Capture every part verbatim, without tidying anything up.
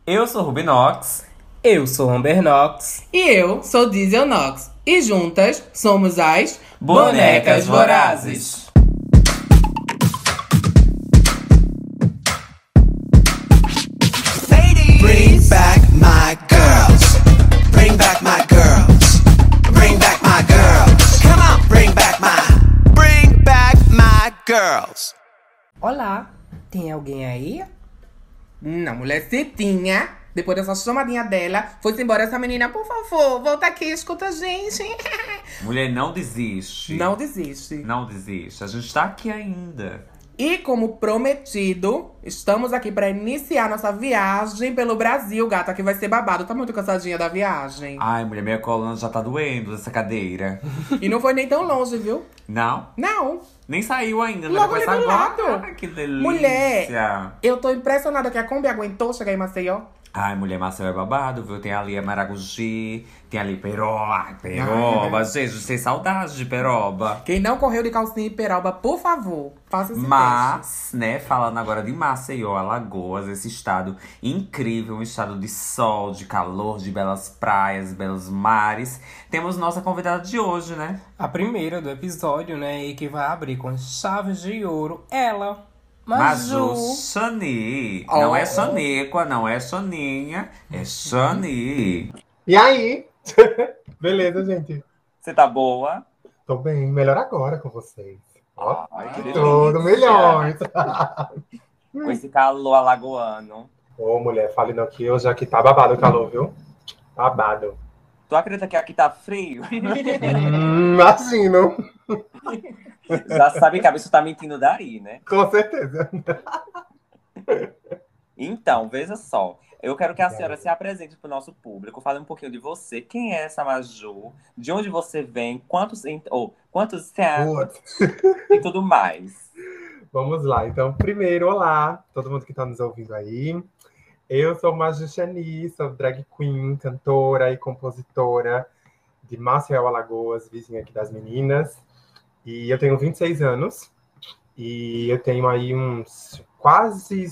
Eu sou Rubinox. Eu sou Amber Knox. E eu sou Diesel Knox. E juntas somos as Bonecas Vorazes. Bring back my girls. Bring back my girls. Bring back my girls. Come on, bring back my. Bring back my girls. Olá, tem alguém aí? Não, mulher, se tinha. Depois dessa chamadinha dela, foi-se embora essa menina. Por favor, volta aqui, escuta a gente. Mulher, não desiste. Não desiste. Não desiste. A gente tá aqui ainda. E como prometido, estamos aqui para iniciar nossa viagem pelo Brasil, gata, que vai ser babado. Tá muito cansadinha da viagem. Ai, mulher, minha coluna já tá doendo dessa cadeira. E não foi nem tão longe, viu? Não? Não. Nem saiu ainda, né? Logo Vai ali começar do agora. lado. Ai, que delícia. Mulher, eu tô impressionada que a Kombi aguentou chegar em Maceió. Ai, mulher, Marcel é babado, viu? Tem ali a Maragogi, tem ali Peroba. Ai, Peroba, gente, tem saudade de Peroba. Quem não correu de calcinha em Peroba, por favor, faça esse teste. Mas, né, falando agora de Maceió, Alagoas, esse estado incrível, um estado de sol, de calor, de belas praias, belos mares. Temos nossa convidada de hoje, né? A primeira do episódio, né? E que vai abrir com chaves de ouro, ela, Maju Maju. Shani. Oh. Não é Shaniqua, não é Soninha, é Shani. E aí? Beleza, gente? Você tá boa? Tô bem, melhor agora com vocês. Ó, Ai, que tudo delícia. melhor. Com esse calor alagoano. Ô, mulher, fale não que hoje aqui tá babado o calor, viu? Babado. Tu acredita que aqui tá frio? Hum, imagino. Já sabe que a pessoa tá mentindo daí, né? Com certeza. Então, veja só. Eu quero que a senhora se apresente pro nosso público. Fale um pouquinho de você. Quem é essa Maju? De onde você vem? Quantos... Ou quantos anos? Putz. E tudo mais. Vamos lá. Então, primeiro, olá, todo mundo que tá nos ouvindo aí. Eu sou Maju Shani, sou drag queen, cantora e compositora de Maceió, Alagoas, vizinha aqui das meninas. E eu tenho vinte e seis anos. E eu tenho aí uns quase...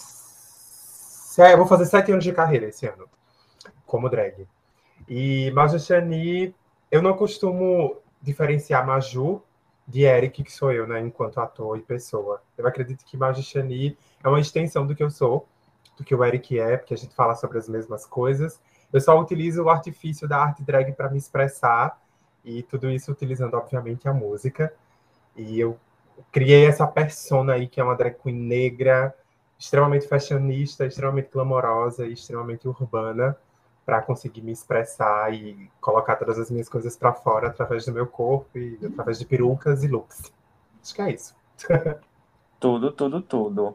se- Vou fazer sete anos de carreira esse ano, como drag. E Maju Shani, eu não costumo diferenciar Maju de Eric, que sou eu, né, enquanto ator e pessoa. Eu acredito que Maju Shani é uma extensão do que eu sou, do que o Eric é, porque a gente fala sobre as mesmas coisas. Eu só utilizo o artifício da arte drag para me expressar, e tudo isso utilizando, obviamente, a música. E eu criei essa persona aí, que é uma drag queen negra, extremamente fashionista, extremamente glamourosa e extremamente urbana, para conseguir me expressar e colocar todas as minhas coisas para fora através do meu corpo e através de perucas e looks. Acho que é isso. Tudo, tudo, tudo.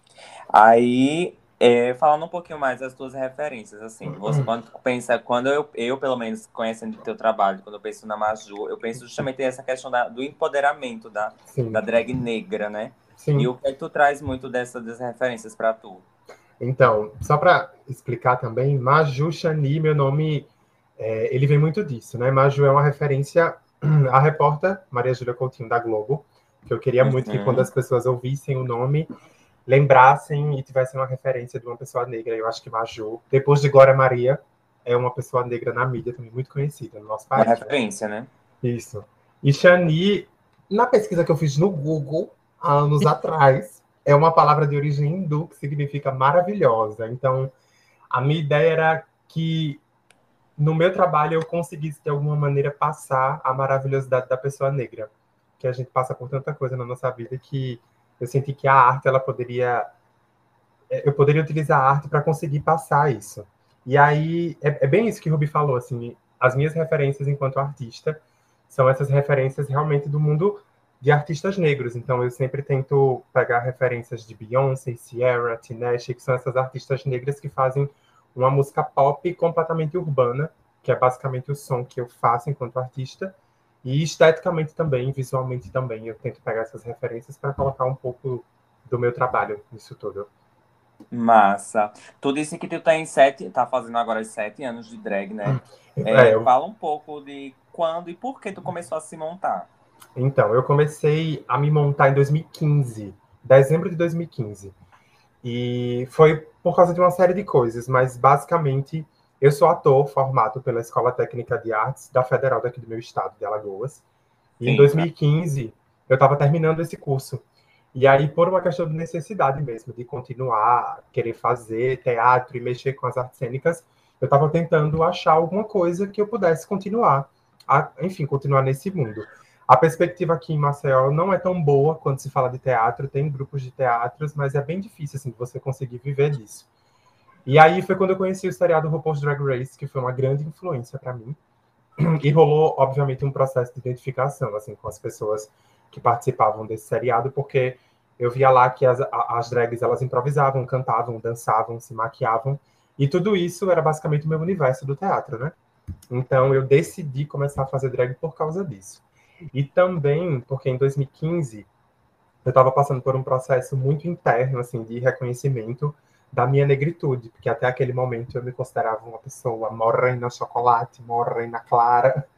Aí, é, falando um pouquinho mais das tuas referências, assim, você quando tu pensa, quando eu, eu, pelo menos, conhecendo o teu trabalho, quando eu penso na Maju, eu penso justamente nessa questão da- do empoderamento da, Sim, da drag negra, né? sim. E o que é que tu traz muito dessa, dessas referências pra tu? Então, só para explicar também, Maju Shani, meu nome, é, ele vem muito disso, né? Maju é uma referência à repórter Maria Júlia Coutinho da Globo, que eu queria muito que Uhum. quando as pessoas ouvissem o nome, lembrassem e tivessem uma referência de uma pessoa negra. Eu acho que Maju, depois de Glória Maria, é uma pessoa negra na mídia também muito conhecida no nosso Uma país. Né? referência, né? Isso. E Shani, na pesquisa que eu fiz no Google, há anos atrás, é uma palavra de origem hindu que significa maravilhosa. Então, a minha ideia era que no meu trabalho eu conseguisse de alguma maneira passar a maravilhosidade da pessoa negra, que a gente passa por tanta coisa na nossa vida que eu senti que a arte ela poderia eu poderia utilizar a arte para conseguir passar isso. E aí é, é bem isso que o Ruby falou, assim, as minhas referências enquanto artista são essas referências realmente do mundo de artistas negros. Então eu sempre tento pegar referências de Beyoncé, Ciara, Tinashe, que são essas artistas negras que fazem uma música pop completamente urbana, que é basicamente o som que eu faço enquanto artista, e esteticamente também, visualmente também, eu tento pegar essas referências para colocar um pouco do meu trabalho nisso tudo. Massa. Tu disse que tu tem sete, tá fazendo agora sete anos de drag, né? É, É, eu- fala um pouco de quando e por que tu começou a se montar. Então, eu comecei a me montar em dois mil e quinze, dezembro de dois mil e quinze. E foi por causa de uma série de coisas, mas basicamente eu sou ator formado pela Escola Técnica de Artes da Federal daqui do meu estado, de Alagoas. E em Sim, dois mil e quinze eu estava terminando esse curso. E aí, por uma questão de necessidade mesmo, de continuar, querer fazer teatro e mexer com as artes cênicas, eu estava tentando achar alguma coisa que eu pudesse continuar, a, enfim, continuar nesse mundo. A perspectiva aqui em Maceió não é tão boa quando se fala de teatro, tem grupos de teatros, mas é bem difícil assim, de você conseguir viver disso. E aí foi quando eu conheci o seriado RuPaul's Drag Race, que foi uma grande influência para mim. E rolou, obviamente, um processo de identificação assim, com as pessoas que participavam desse seriado, porque eu via lá que as, as drags elas improvisavam, cantavam, dançavam, se maquiavam, e tudo isso era basicamente o meu universo do teatro, né? Então eu decidi começar a fazer drag por causa disso. E também porque em dois mil e quinze eu estava passando por um processo muito interno assim de reconhecimento da minha negritude, porque até aquele momento eu me considerava uma pessoa morena chocolate, morena clara,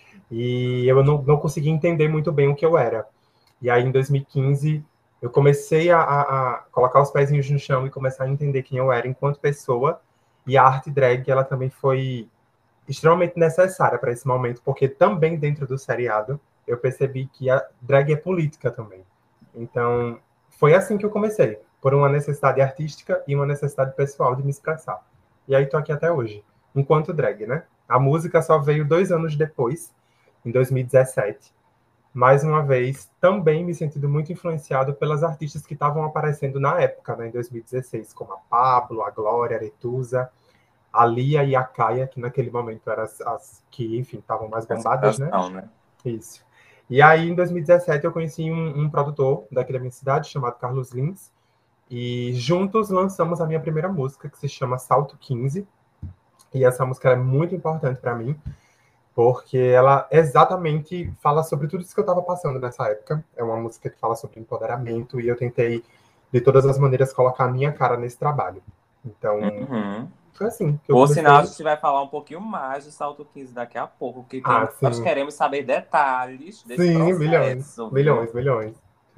e eu não, não conseguia entender muito bem o que eu era. E aí, em dois mil e quinze, eu comecei a, a, a colocar os pezinhos no chão e começar a entender quem eu era enquanto pessoa, e a arte drag, ela também foi extremamente necessária para esse momento, porque também dentro do seriado, eu percebi que a drag é política também. Então, foi assim que eu comecei, por uma necessidade artística e uma necessidade pessoal de me expressar. E aí tô aqui até hoje, enquanto drag, né? A música só veio dois anos depois, em dois mil e dezessete. Mais uma vez, também me sentindo muito influenciado pelas artistas que estavam aparecendo na época, né, em dois mil e dezesseis, como a Pablo, a Glória, a Aretusa, a Lia e a Kaia, que naquele momento eram as, as que, enfim, estavam mais bombadas, né? né? Isso. E aí, em dois mil e dezessete, eu conheci um, um produtor daqui da minha cidade, chamado Carlos Lins, e juntos lançamos a minha primeira música, que se chama Salto quinze, e essa música é muito importante para mim, porque ela exatamente fala sobre tudo isso que eu estava passando nessa época. É uma música que fala sobre empoderamento, e eu tentei, de todas as maneiras, colocar a minha cara nesse trabalho. Então, Uhum. foi assim que eu Por comecei. sinal, a gente vai falar um pouquinho mais de Salto quinze daqui a pouco, porque tem- Ah, nós sim. queremos saber detalhes desse Sim, processo. milhões, viu? milhões, milhões.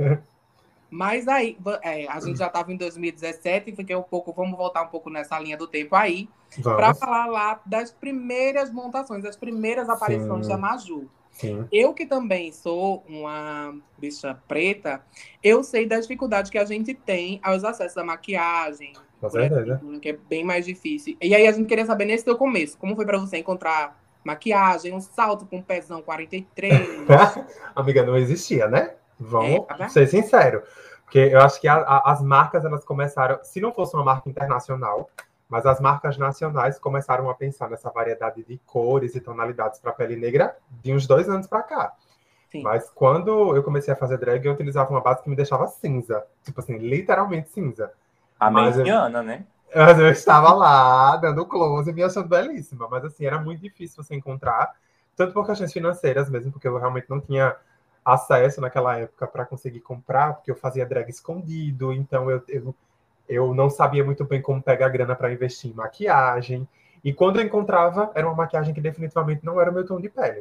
Mas aí, va- é, a gente já estava em dois mil e dezessete, fiquei um pouco, vamos voltar um pouco nessa linha do tempo aí, para Vamos. falar lá das primeiras montações, das primeiras aparições Sim. da Maju. Sim, Eu que também sou uma bicha preta, eu sei das dificuldades que a gente tem aos acessos à maquiagem, com por certeza. exemplo, né, que é bem mais difícil. E aí a gente queria saber nesse teu começo, como foi para você encontrar maquiagem, um salto com um pezão quarenta e três? Amiga, não existia, né? Vamos É, tá ser sinceros. Porque eu acho que a- a- as marcas, elas começaram, se não fosse uma marca internacional, mas as marcas nacionais começaram a pensar nessa variedade de cores e tonalidades para pele negra de uns dois anos para cá. Sim. Mas quando eu comecei a fazer drag, eu utilizava uma base que me deixava cinza. Tipo assim, literalmente cinza. A Mas eu- Meridiana, né? Mas eu estava lá, dando close, me achando belíssima. Mas assim, era muito difícil você encontrar, tanto por questões financeiras mesmo, porque eu realmente não tinha acesso naquela época para conseguir comprar, porque eu fazia drag escondido, então eu, eu, eu não sabia muito bem como pegar grana para investir em maquiagem. E quando eu encontrava, era uma maquiagem que definitivamente não era o meu tom de pele.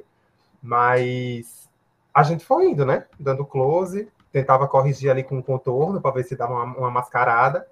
Mas a gente foi indo, né? Dando close, tentava corrigir ali com o contorno para ver se dava uma, uma mascarada,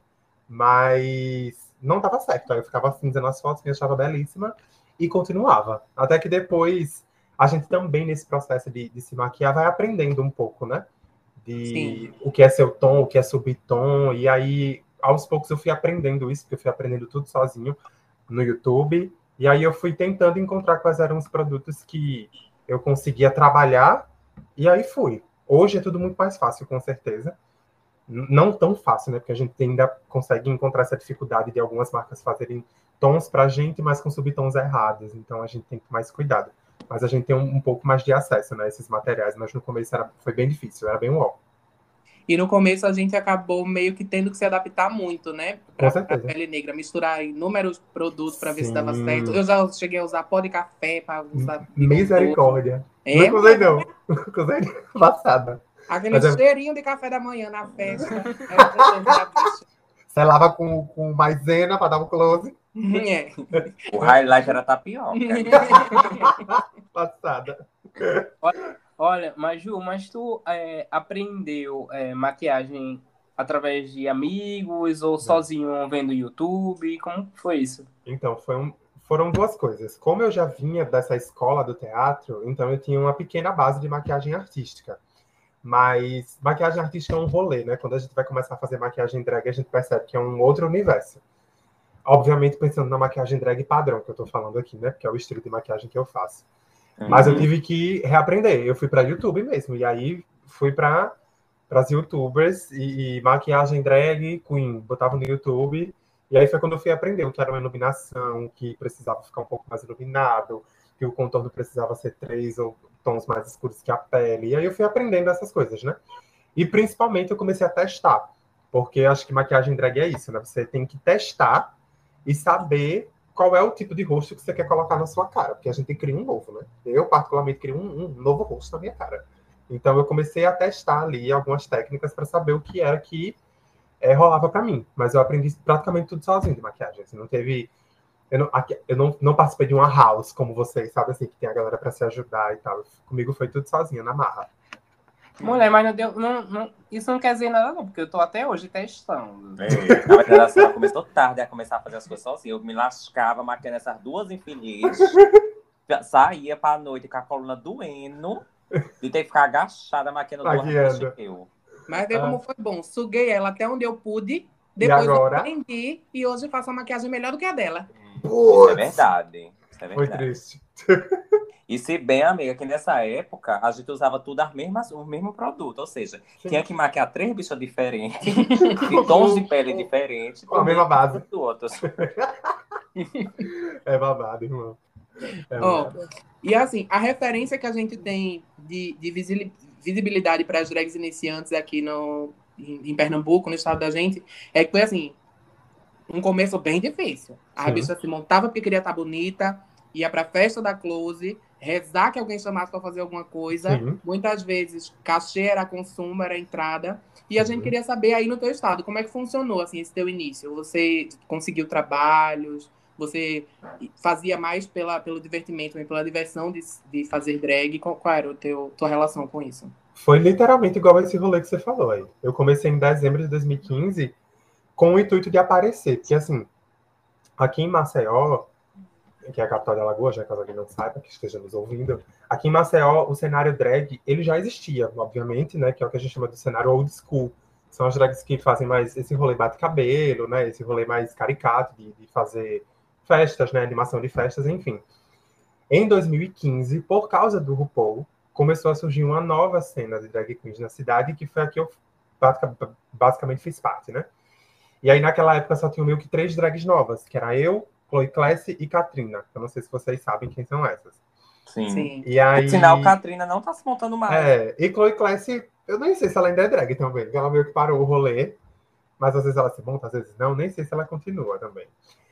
mas não dava certo. Aí eu ficava cinza nas fotos, me achava belíssima e continuava. Até que depois a gente também, nesse processo de, de se maquiar, vai aprendendo um pouco, né? De Sim. o que é seu tom, o que é subtom. E aí, aos poucos, eu fui aprendendo isso, porque eu fui aprendendo tudo sozinho no YouTube. E aí eu fui tentando encontrar quais eram os produtos que eu conseguia trabalhar, e aí fui. Hoje é tudo muito mais fácil, com certeza. N- Não tão fácil, né? Porque a gente ainda consegue encontrar essa dificuldade de algumas marcas fazerem tons pra gente, mas com subtons errados. Então a gente tem que ter mais cuidado. Mas a gente tem um, um pouco mais de acesso, né? A esses materiais. Mas no começo era, foi bem difícil, era bem uau. E no começo a gente acabou meio que tendo que se adaptar muito, né? Com Pra, pra certeza. pele negra, misturar inúmeros produtos para ver se dava Sim. certo. Eu já cheguei a usar pó de café para usar de Misericórdia. É, Não usei, não. Não usei, passada. aquele Mas é- cheirinho de café da manhã na festa. Era gostoso da bicha. Selava com, com maisena para dar um close. É. O highlight era tapioca. Passada. Olha, mas Ju, mas tu é, aprendeu é, maquiagem através de amigos ou sozinho vendo YouTube? Como foi isso? Então, foi um, foram duas coisas. Como eu já vinha dessa escola do teatro, então eu tinha uma pequena base de maquiagem artística. Mas maquiagem artística é um rolê, né? Quando a gente vai começar a fazer maquiagem drag, a gente percebe que é um outro universo. Obviamente pensando na maquiagem drag padrão, que eu tô falando aqui, né? Porque é o estilo de maquiagem que eu faço. Uhum. Mas eu tive que reaprender. Eu fui para YouTube mesmo. E aí fui para as YouTubers e, e maquiagem drag queen. Botava no YouTube. E aí foi quando eu fui aprender o que era uma iluminação, que precisava ficar um pouco mais iluminado, que o contorno precisava ser três ou tons mais escuros que a pele. E aí eu fui aprendendo essas coisas, né? E principalmente eu comecei a testar. Porque acho que maquiagem drag é isso, né? Você tem que testar e saber qual é o tipo de rosto que você quer colocar na sua cara. Porque a gente cria um novo, né? Eu, particularmente, crio um, um novo rosto na minha cara. Então eu comecei a testar ali algumas técnicas para saber o que era que é, rolava para mim. Mas eu aprendi praticamente tudo sozinho de maquiagem. Assim, não teve... Eu, não, aqui, eu não, não participei de uma house como vocês, sabe? Assim, que tem a galera para se ajudar e tal. Comigo foi tudo sozinha, na marra. Mulher, mas não deu, não, não, isso não quer dizer nada não, porque eu tô até hoje testando. É, na verdade, a senhora começou tarde a começar a fazer as coisas sozinha. Eu me lascava maquiando essas duas infeliz. Saía pra noite com a coluna doendo. De ter que ficar agachada maquiando duas Maquiando. eu. Mas vê Ah. como foi bom. Suguei ela até onde eu pude. Depois agora? eu aprendi e hoje faço uma maquiagem melhor do que a dela. Isso é verdade. Isso é Foi verdade. triste. E se bem, amiga, que nessa época a gente usava tudo as mesmas, o mesmo produto. Ou seja, Sim. tinha que maquiar três bichas diferentes, de tons de pele diferentes, Com a mesma base. do outro. É babado, irmão. É Ó, babado. e assim, a referência que a gente tem de, de visi- visibilidade para as drags iniciantes aqui no, em, em Pernambuco, no estado da gente, é que foi assim, um começo bem difícil. A Sim. bicha se montava porque queria estar bonita, ia pra festa da close, rezar que alguém chamasse pra fazer alguma coisa. Sim. Muitas vezes, cachê era consumo, era entrada. E a Sim. gente queria saber aí no teu estado, como é que funcionou, assim, esse teu início? Você conseguiu trabalhos? Você fazia mais pela, pelo divertimento, pela diversão de, de fazer drag? Qual, qual era a teu, tua relação com isso? Foi literalmente igual esse rolê que você falou aí. Eu comecei em dezembro de dois mil e quinze com o intuito de aparecer. Porque, assim, aqui em Maceió, que é a capital de Alagoas, já caso alguém não saiba, que esteja nos ouvindo, aqui em Maceió, o cenário drag, ele já existia, obviamente, né? Que é o que a gente chama de cenário old school. São as drags que fazem mais esse rolê bate-cabelo, né? Esse rolê mais caricato de, de fazer festas, né? Animação de festas, enfim. Em dois mil e quinze, por causa do RuPaul, começou a surgir uma nova cena de drag queens na cidade, que foi a que eu basicamente fiz parte, né? E aí, naquela época, só tinha meio que três drags novas, que era eu, Chloe Classy e Katrina. Eu não sei se vocês sabem quem são essas. Sim. Sim. E aí... Por sinal, Katrina não tá se montando mais. É, e Chloe Classy, eu nem sei se ela ainda é drag também, porque ela meio que parou o rolê, mas às vezes ela se monta, às vezes não, nem sei se ela continua também.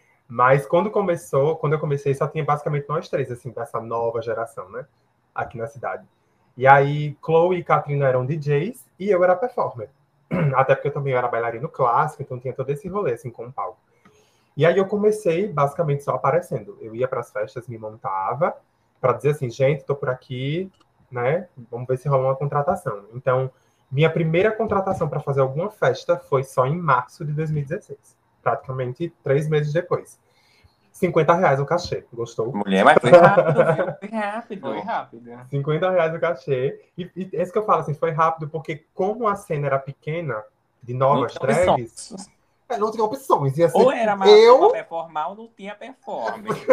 Mas quando começou, quando eu comecei, só tinha basicamente nós três, assim, dessa nova geração, né? Aqui na cidade. E aí, Chloe e Katrina eram D Js e eu era performer. Até porque eu também era bailarino clássico, então tinha todo esse rolê, assim, com o palco. E aí eu comecei, basicamente, só aparecendo. Eu ia para as festas, me montava, para dizer assim, gente, tô por aqui, né? Vamos ver se rola uma contratação. Então, minha primeira contratação para fazer alguma festa foi só em março de dois mil e dezesseis. Praticamente três meses depois. cinquenta reais o cachê. Gostou? Mulher, mas foi rápido, viu? Foi rápido. Foi rápido. cinquenta reais o cachê. E, e esse que eu falo, assim, foi rápido, porque como a cena era pequena, de novas Não tinha drags, opções. é, não tinha opções. Ia ser Ou era mais eu... pra performar ou não tinha performance.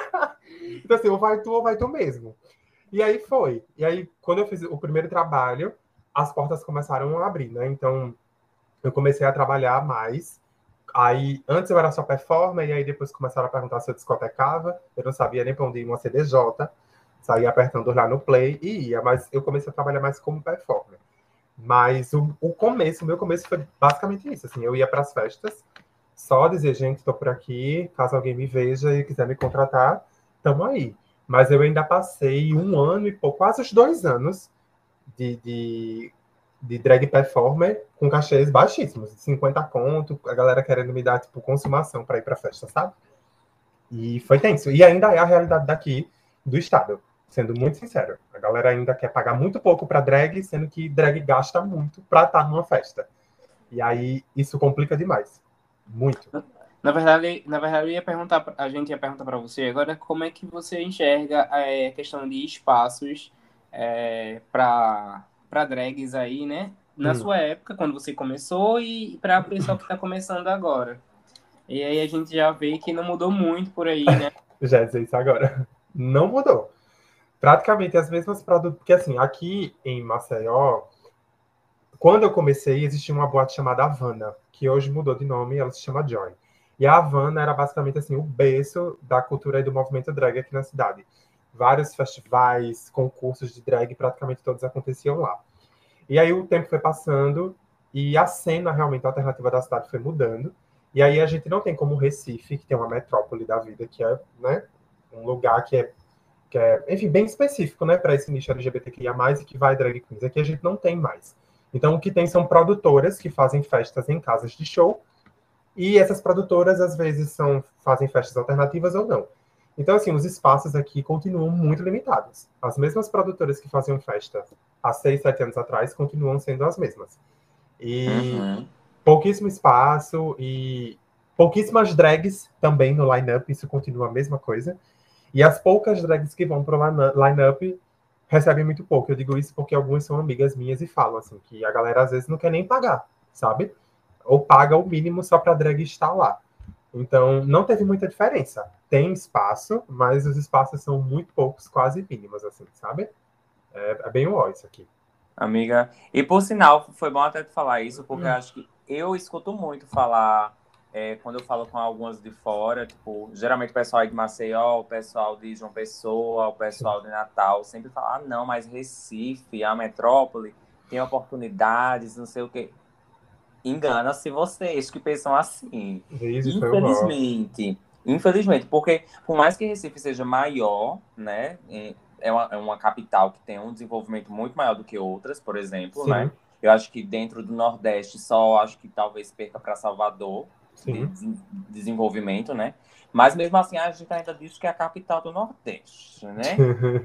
Então, assim, ou vai tu ou vai tu mesmo. E aí foi. E aí, quando eu fiz o primeiro trabalho, as portas começaram a abrir, né? Então, eu comecei a trabalhar mais. Aí, antes eu era só performer, e aí depois começaram a perguntar se eu discotecava. Eu não sabia nem pra onde ir uma C D J. Saía apertando lá no play e ia. Mas eu comecei a trabalhar mais como performer. Mas o, o começo, o meu começo foi basicamente isso. Assim, eu ia pras festas, só dizer, gente, tô por aqui, caso alguém me veja e quiser me contratar, tamo aí. Mas eu ainda passei um ano e pouco, quase os dois anos de, de, de drag performer com cachês baixíssimos, de cinquenta conto, a galera querendo me dar, tipo, consumação para ir pra festa, sabe? E foi tenso. E ainda é a realidade daqui do estado, sendo muito sincero. A galera ainda quer pagar muito pouco para drag, sendo que drag gasta muito para estar numa festa. E aí, isso complica demais. Muito. Na verdade, na verdade, eu ia perguntar, pra- a gente ia perguntar para você agora como é que você enxerga é, a questão de espaços para para drags aí, né? Na Hum, sua época, quando você começou, e para o pessoal que está começando agora. E aí a gente já vê que não mudou muito por aí, né? já ia dizer isso agora. Não mudou. Praticamente as mesmas produtos. Porque, assim, aqui em Maceió, quando eu comecei, existia uma boate chamada Havana, que hoje mudou de nome e ela se chama Joy. E a Havana era basicamente assim o berço da cultura e do movimento drag aqui na cidade. Vários festivais, concursos de drag, praticamente todos aconteciam lá. E aí o tempo foi passando e a cena realmente alternativa da cidade foi mudando. E aí a gente não tem como Recife, que tem uma metrópole da vida, que é, né, um lugar que é, que é, enfim, bem específico, né, para esse nicho L G B T Q I A mais, e que vai drag queens. Aqui a gente não tem mais. Então o que tem são produtoras que fazem festas em casas de show, e essas produtoras às vezes são, fazem festas alternativas ou não. Então, assim, os espaços aqui continuam muito limitados. As mesmas produtoras que faziam festa há seis, sete anos atrás continuam sendo as mesmas. E Uhum. pouquíssimo espaço e pouquíssimas drags também no line-up, isso continua a mesma coisa. E as poucas drags que vão para o line-up recebem muito pouco. Eu digo isso porque algumas são amigas minhas e falam assim, que a galera às vezes não quer nem pagar, sabe? Ou paga o mínimo só para drag estar lá. Então, não teve muita diferença. Tem espaço, mas os espaços são muito poucos, quase mínimos, assim, sabe? É, é bem ó isso aqui. Amiga, e por sinal, foi bom até tu falar isso, porque eu acho que eu escuto muito falar, é, quando eu falo com algumas de fora, tipo, geralmente o pessoal aí de Maceió, o pessoal de João Pessoa, o pessoal de Natal, sempre fala, ah, não, mas Recife, a metrópole, tem oportunidades, não sei o quê. Engana-se vocês que pensam assim. Desde foi o ó. Infelizmente, infelizmente, porque por mais que Recife seja maior, né, é uma, é uma capital que tem um desenvolvimento muito maior do que outras, por exemplo, Sim, né? Eu acho que dentro do Nordeste só acho que talvez perca para Salvador de sim. des- desenvolvimento, né? Mas mesmo assim a gente ainda diz que é a capital do Nordeste, né?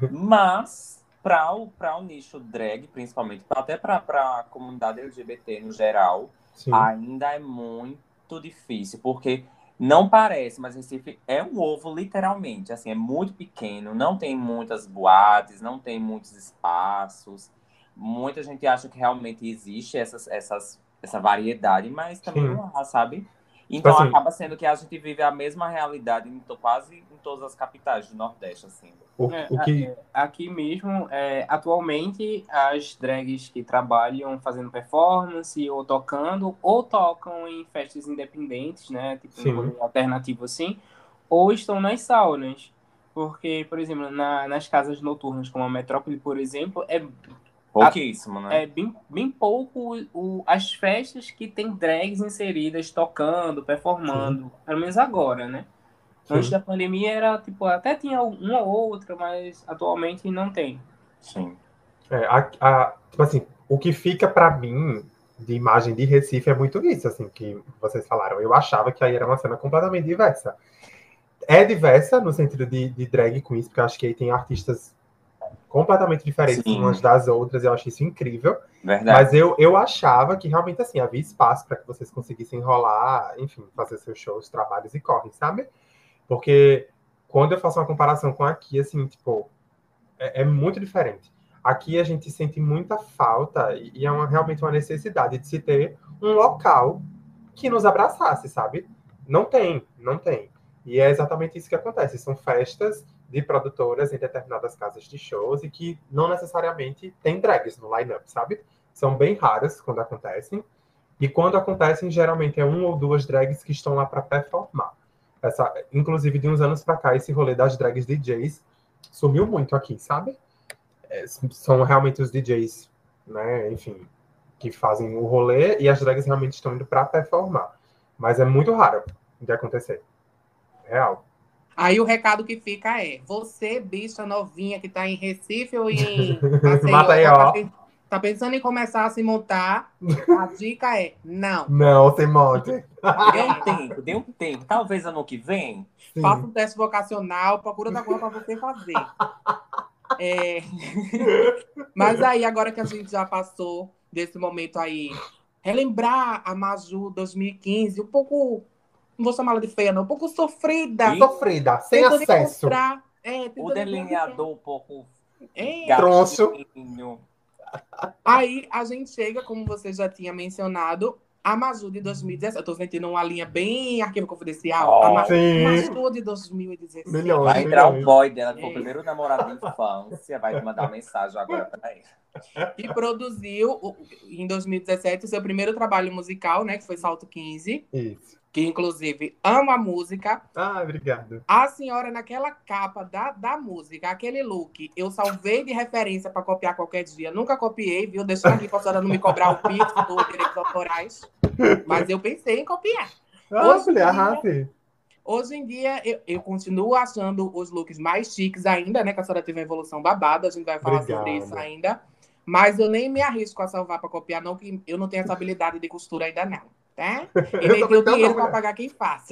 Mas para o, para o nicho drag, principalmente, até para a comunidade L G B T no geral, Sim, ainda é muito difícil, porque não parece, mas Recife é um ovo, literalmente. Assim, é muito pequeno, não tem muitas boates, não tem muitos espaços. Muita gente acha que realmente existe essas, essas, essa variedade, mas também sim. não há, sabe? Tipo Então assim, acaba sendo que a gente vive a mesma realidade em to- quase em todas as capitais do Nordeste, assim. o, É, o a- que... é, aqui mesmo, é, atualmente, as drags que trabalham fazendo performance ou tocando, ou tocam em festas independentes, né? Tipo, em Sim, rolê alternativo assim, ou estão nas saunas. Porque, por exemplo, na- nas casas noturnas, como a Metrópole, por exemplo, é, Pouquíssimo, né? é bem, bem pouco o, o- as festas que tem drags inseridas, tocando, performando. Pelo menos agora, né? Antes sim. da pandemia era, tipo, até tinha uma ou outra, mas atualmente não tem. Sim. É, a, a- tipo assim, o que fica pra mim de imagem de Recife é muito isso, assim, que vocês falaram. Eu achava que aí era uma cena completamente diversa. É diversa no sentido de, de drag queens, porque eu acho que aí tem artistas completamente diferentes Sim, umas das outras, eu acho isso incrível. Mas verdade. eu, eu achava que realmente assim havia espaço para que vocês conseguissem rolar, enfim, fazer seus shows, trabalhos e correm, sabe? Porque quando eu faço uma comparação com aqui, assim, tipo, é, é muito diferente. Aqui a gente sente muita falta e, e é uma, realmente uma necessidade de se ter um local que nos abraçasse, sabe? Não tem, não tem. E é exatamente isso que acontece. São festas de produtoras em determinadas casas de shows e que não necessariamente tem drags no line-up, sabe? São bem raras quando acontecem. E quando acontecem, geralmente é um ou duas drags que estão lá para performar. Essa, inclusive, de uns anos para cá, esse rolê das drags D Js sumiu muito aqui, sabe? É, são realmente os D Js, né? Enfim, que fazem o rolê e as drags realmente estão indo para performar. Mas é muito raro de acontecer. Real. Aí o recado que fica é: você, bicha novinha que tá em Recife ou em Maceió, Maceió. tá, pe- tá pensando em começar a se montar, a dica é não. Não, sem monte. Dê um tempo, dê um tempo. Talvez ano que vem. Sim. Faça um teste vocacional, procura da coisa para você fazer. É... Mas aí, agora que a gente já passou desse momento aí relembrar a Maju dois mil e quinze, um pouco, não vou chamar ela de feia, não, um pouco sofrida. Sofrida, sem tentando acesso. encontrar- é, O tentando delineador um pouco É. Troncho. gatinho. Aí a gente chega, como você já tinha mencionado, a Maju de dois mil e dezessete. Eu tô sentindo uma linha bem arquivo confidencial. Oh, a Ma- sim. Maju de dois mil e dezessete. Milhões. Vai entrar o milhões. boy dela, que foi o É. primeiro namorado de infância, vai te mandar uma mensagem agora pra ele. E produziu, o- em dois mil e dezessete, o seu primeiro trabalho musical, né? Que foi Salto quinze. Isso. Que, inclusive, ama a música. Ah, obrigado. A senhora, naquela capa da, da música, aquele look, eu salvei de referência para copiar qualquer dia. Nunca copiei, viu? Deixando aqui pra senhora não me cobrar o pix dos direitos autorais. Mas eu pensei em copiar. Ah, Hoje mulher, em dia- arrase. Hoje em dia, eu, eu continuo achando os looks mais chiques ainda, né? Que a senhora teve uma evolução babada. A gente vai falar Obrigado. sobre isso ainda. Mas eu nem me arrisco a salvar para copiar, não, que eu não tenho essa habilidade de costura ainda, não. Tá? E Eu nem também tenho não, dinheiro mulher. para pagar quem faça.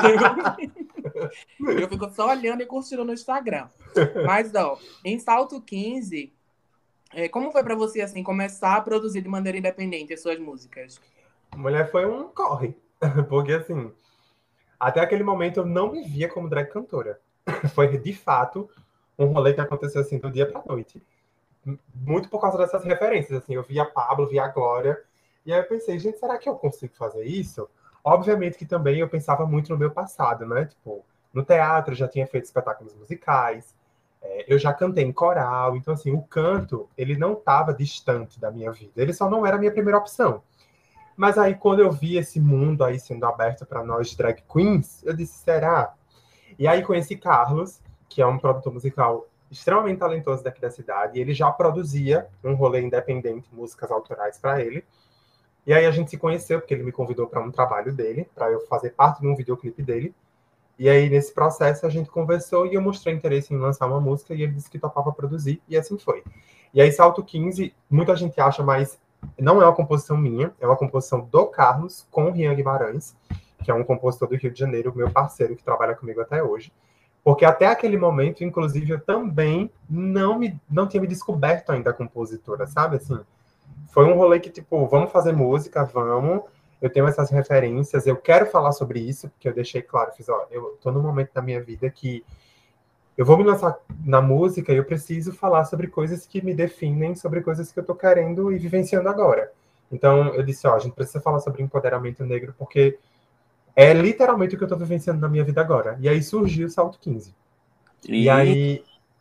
Eu fico só olhando e curtindo no Instagram. Mas, ó, em Salto quinze, é, como foi para você, assim, começar a produzir de maneira independente as suas músicas? Mulher, foi um corre. Porque, assim, até aquele momento eu não me via como drag cantora. Foi, de fato, um rolê que aconteceu, assim, do dia pra noite. Muito por causa dessas referências, assim. Eu via a Pablo, via a Glória. E aí eu pensei, gente, será que eu consigo fazer isso? Obviamente que também eu pensava muito no meu passado, né? Tipo, no teatro eu já tinha feito espetáculos musicais. É, eu já cantei em coral. Então, assim, o canto, ele não estava distante da minha vida. Ele só não era a minha primeira opção. Mas aí, quando eu vi esse mundo aí sendo aberto para nós drag queens, eu disse, será? E aí conheci Carlos, que é um produtor musical extremamente talentoso daqui da cidade, e ele já produzia um rolê independente, músicas autorais para ele. E aí a gente se conheceu, porque ele me convidou para um trabalho dele, para eu fazer parte de um videoclipe dele. E aí, nesse processo, a gente conversou e eu mostrei interesse em lançar uma música, e ele disse que topava produzir, e assim foi. E aí, Salto quinze, muita gente acha, mas não é uma composição minha, é uma composição do Carlos com o Rian Guimarães, que é um compositor do Rio de Janeiro, meu parceiro, que trabalha comigo até hoje. Porque até aquele momento, inclusive, eu também não, me, não tinha me descoberto ainda compositora, sabe? Assim, foi um rolê que, tipo, vamos fazer música, vamos. Eu tenho essas referências, eu quero falar sobre isso, porque eu deixei claro, fiz, ó, eu tô num momento da minha vida que eu vou me lançar na música e eu preciso falar sobre coisas que me definem, sobre coisas que eu tô querendo e vivenciando agora. Então, eu disse, ó, a gente precisa falar sobre empoderamento negro, porque é literalmente o que eu tô vivenciando na minha vida agora. E aí surgiu o Salto quinze. E, E, aí...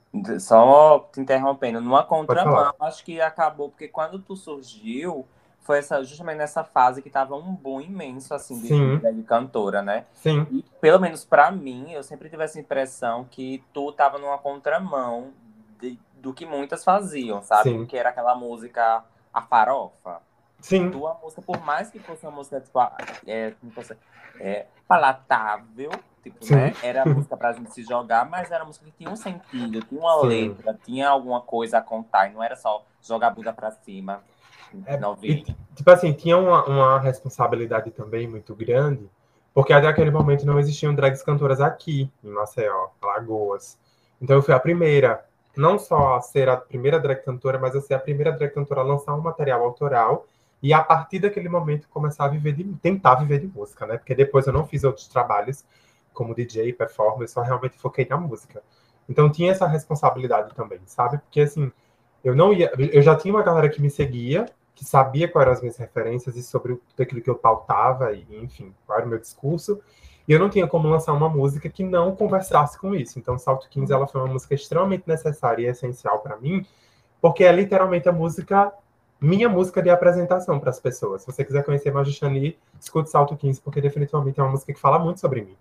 só te interrompendo, numa falar. contramão, acho que acabou, porque quando tu surgiu, foi essa, justamente nessa fase que tava um boom imenso, assim, de, Sim. de cantora, né? Sim, E, pelo menos pra mim, eu sempre tive essa impressão que tu tava numa contramão de- do que muitas faziam, sabe? Sim. Que era aquela música, a farofa. sim, Tua música, por mais que fosse uma música, tipo, a- é, como fosse, é, palatável, tipo, Sim. né? Era música pra gente se jogar, mas era música que tinha um sentido, tinha uma Sim. letra, tinha alguma coisa a contar, e não era só jogar a bunda pra cima, É, novinha. E, tipo assim, tinha uma, uma responsabilidade também muito grande, porque até aquele momento não existiam drags cantoras aqui, em Maceió, Alagoas. Então eu fui a primeira, não só a ser a primeira drag cantora, mas a ser a primeira drag cantora a lançar um material autoral, e a partir daquele momento começar a viver de, tentar viver de música, né? Porque depois eu não fiz outros trabalhos, como D J, performer, eu só realmente foquei na música. Então tinha essa responsabilidade também, sabe? Porque assim, eu não ia, eu já tinha uma galera que me seguia, que sabia quais eram as minhas referências e sobre tudo aquilo que eu pautava, e enfim, qual era o meu discurso, e eu não tinha como lançar uma música que não conversasse com isso. Então, Salto quinze, ela foi uma música extremamente necessária e essencial para mim, porque é literalmente a música, minha música de apresentação para as pessoas. Se você quiser conhecer Maju Xani, escute Salto quinze, porque definitivamente é uma música que fala muito sobre mim.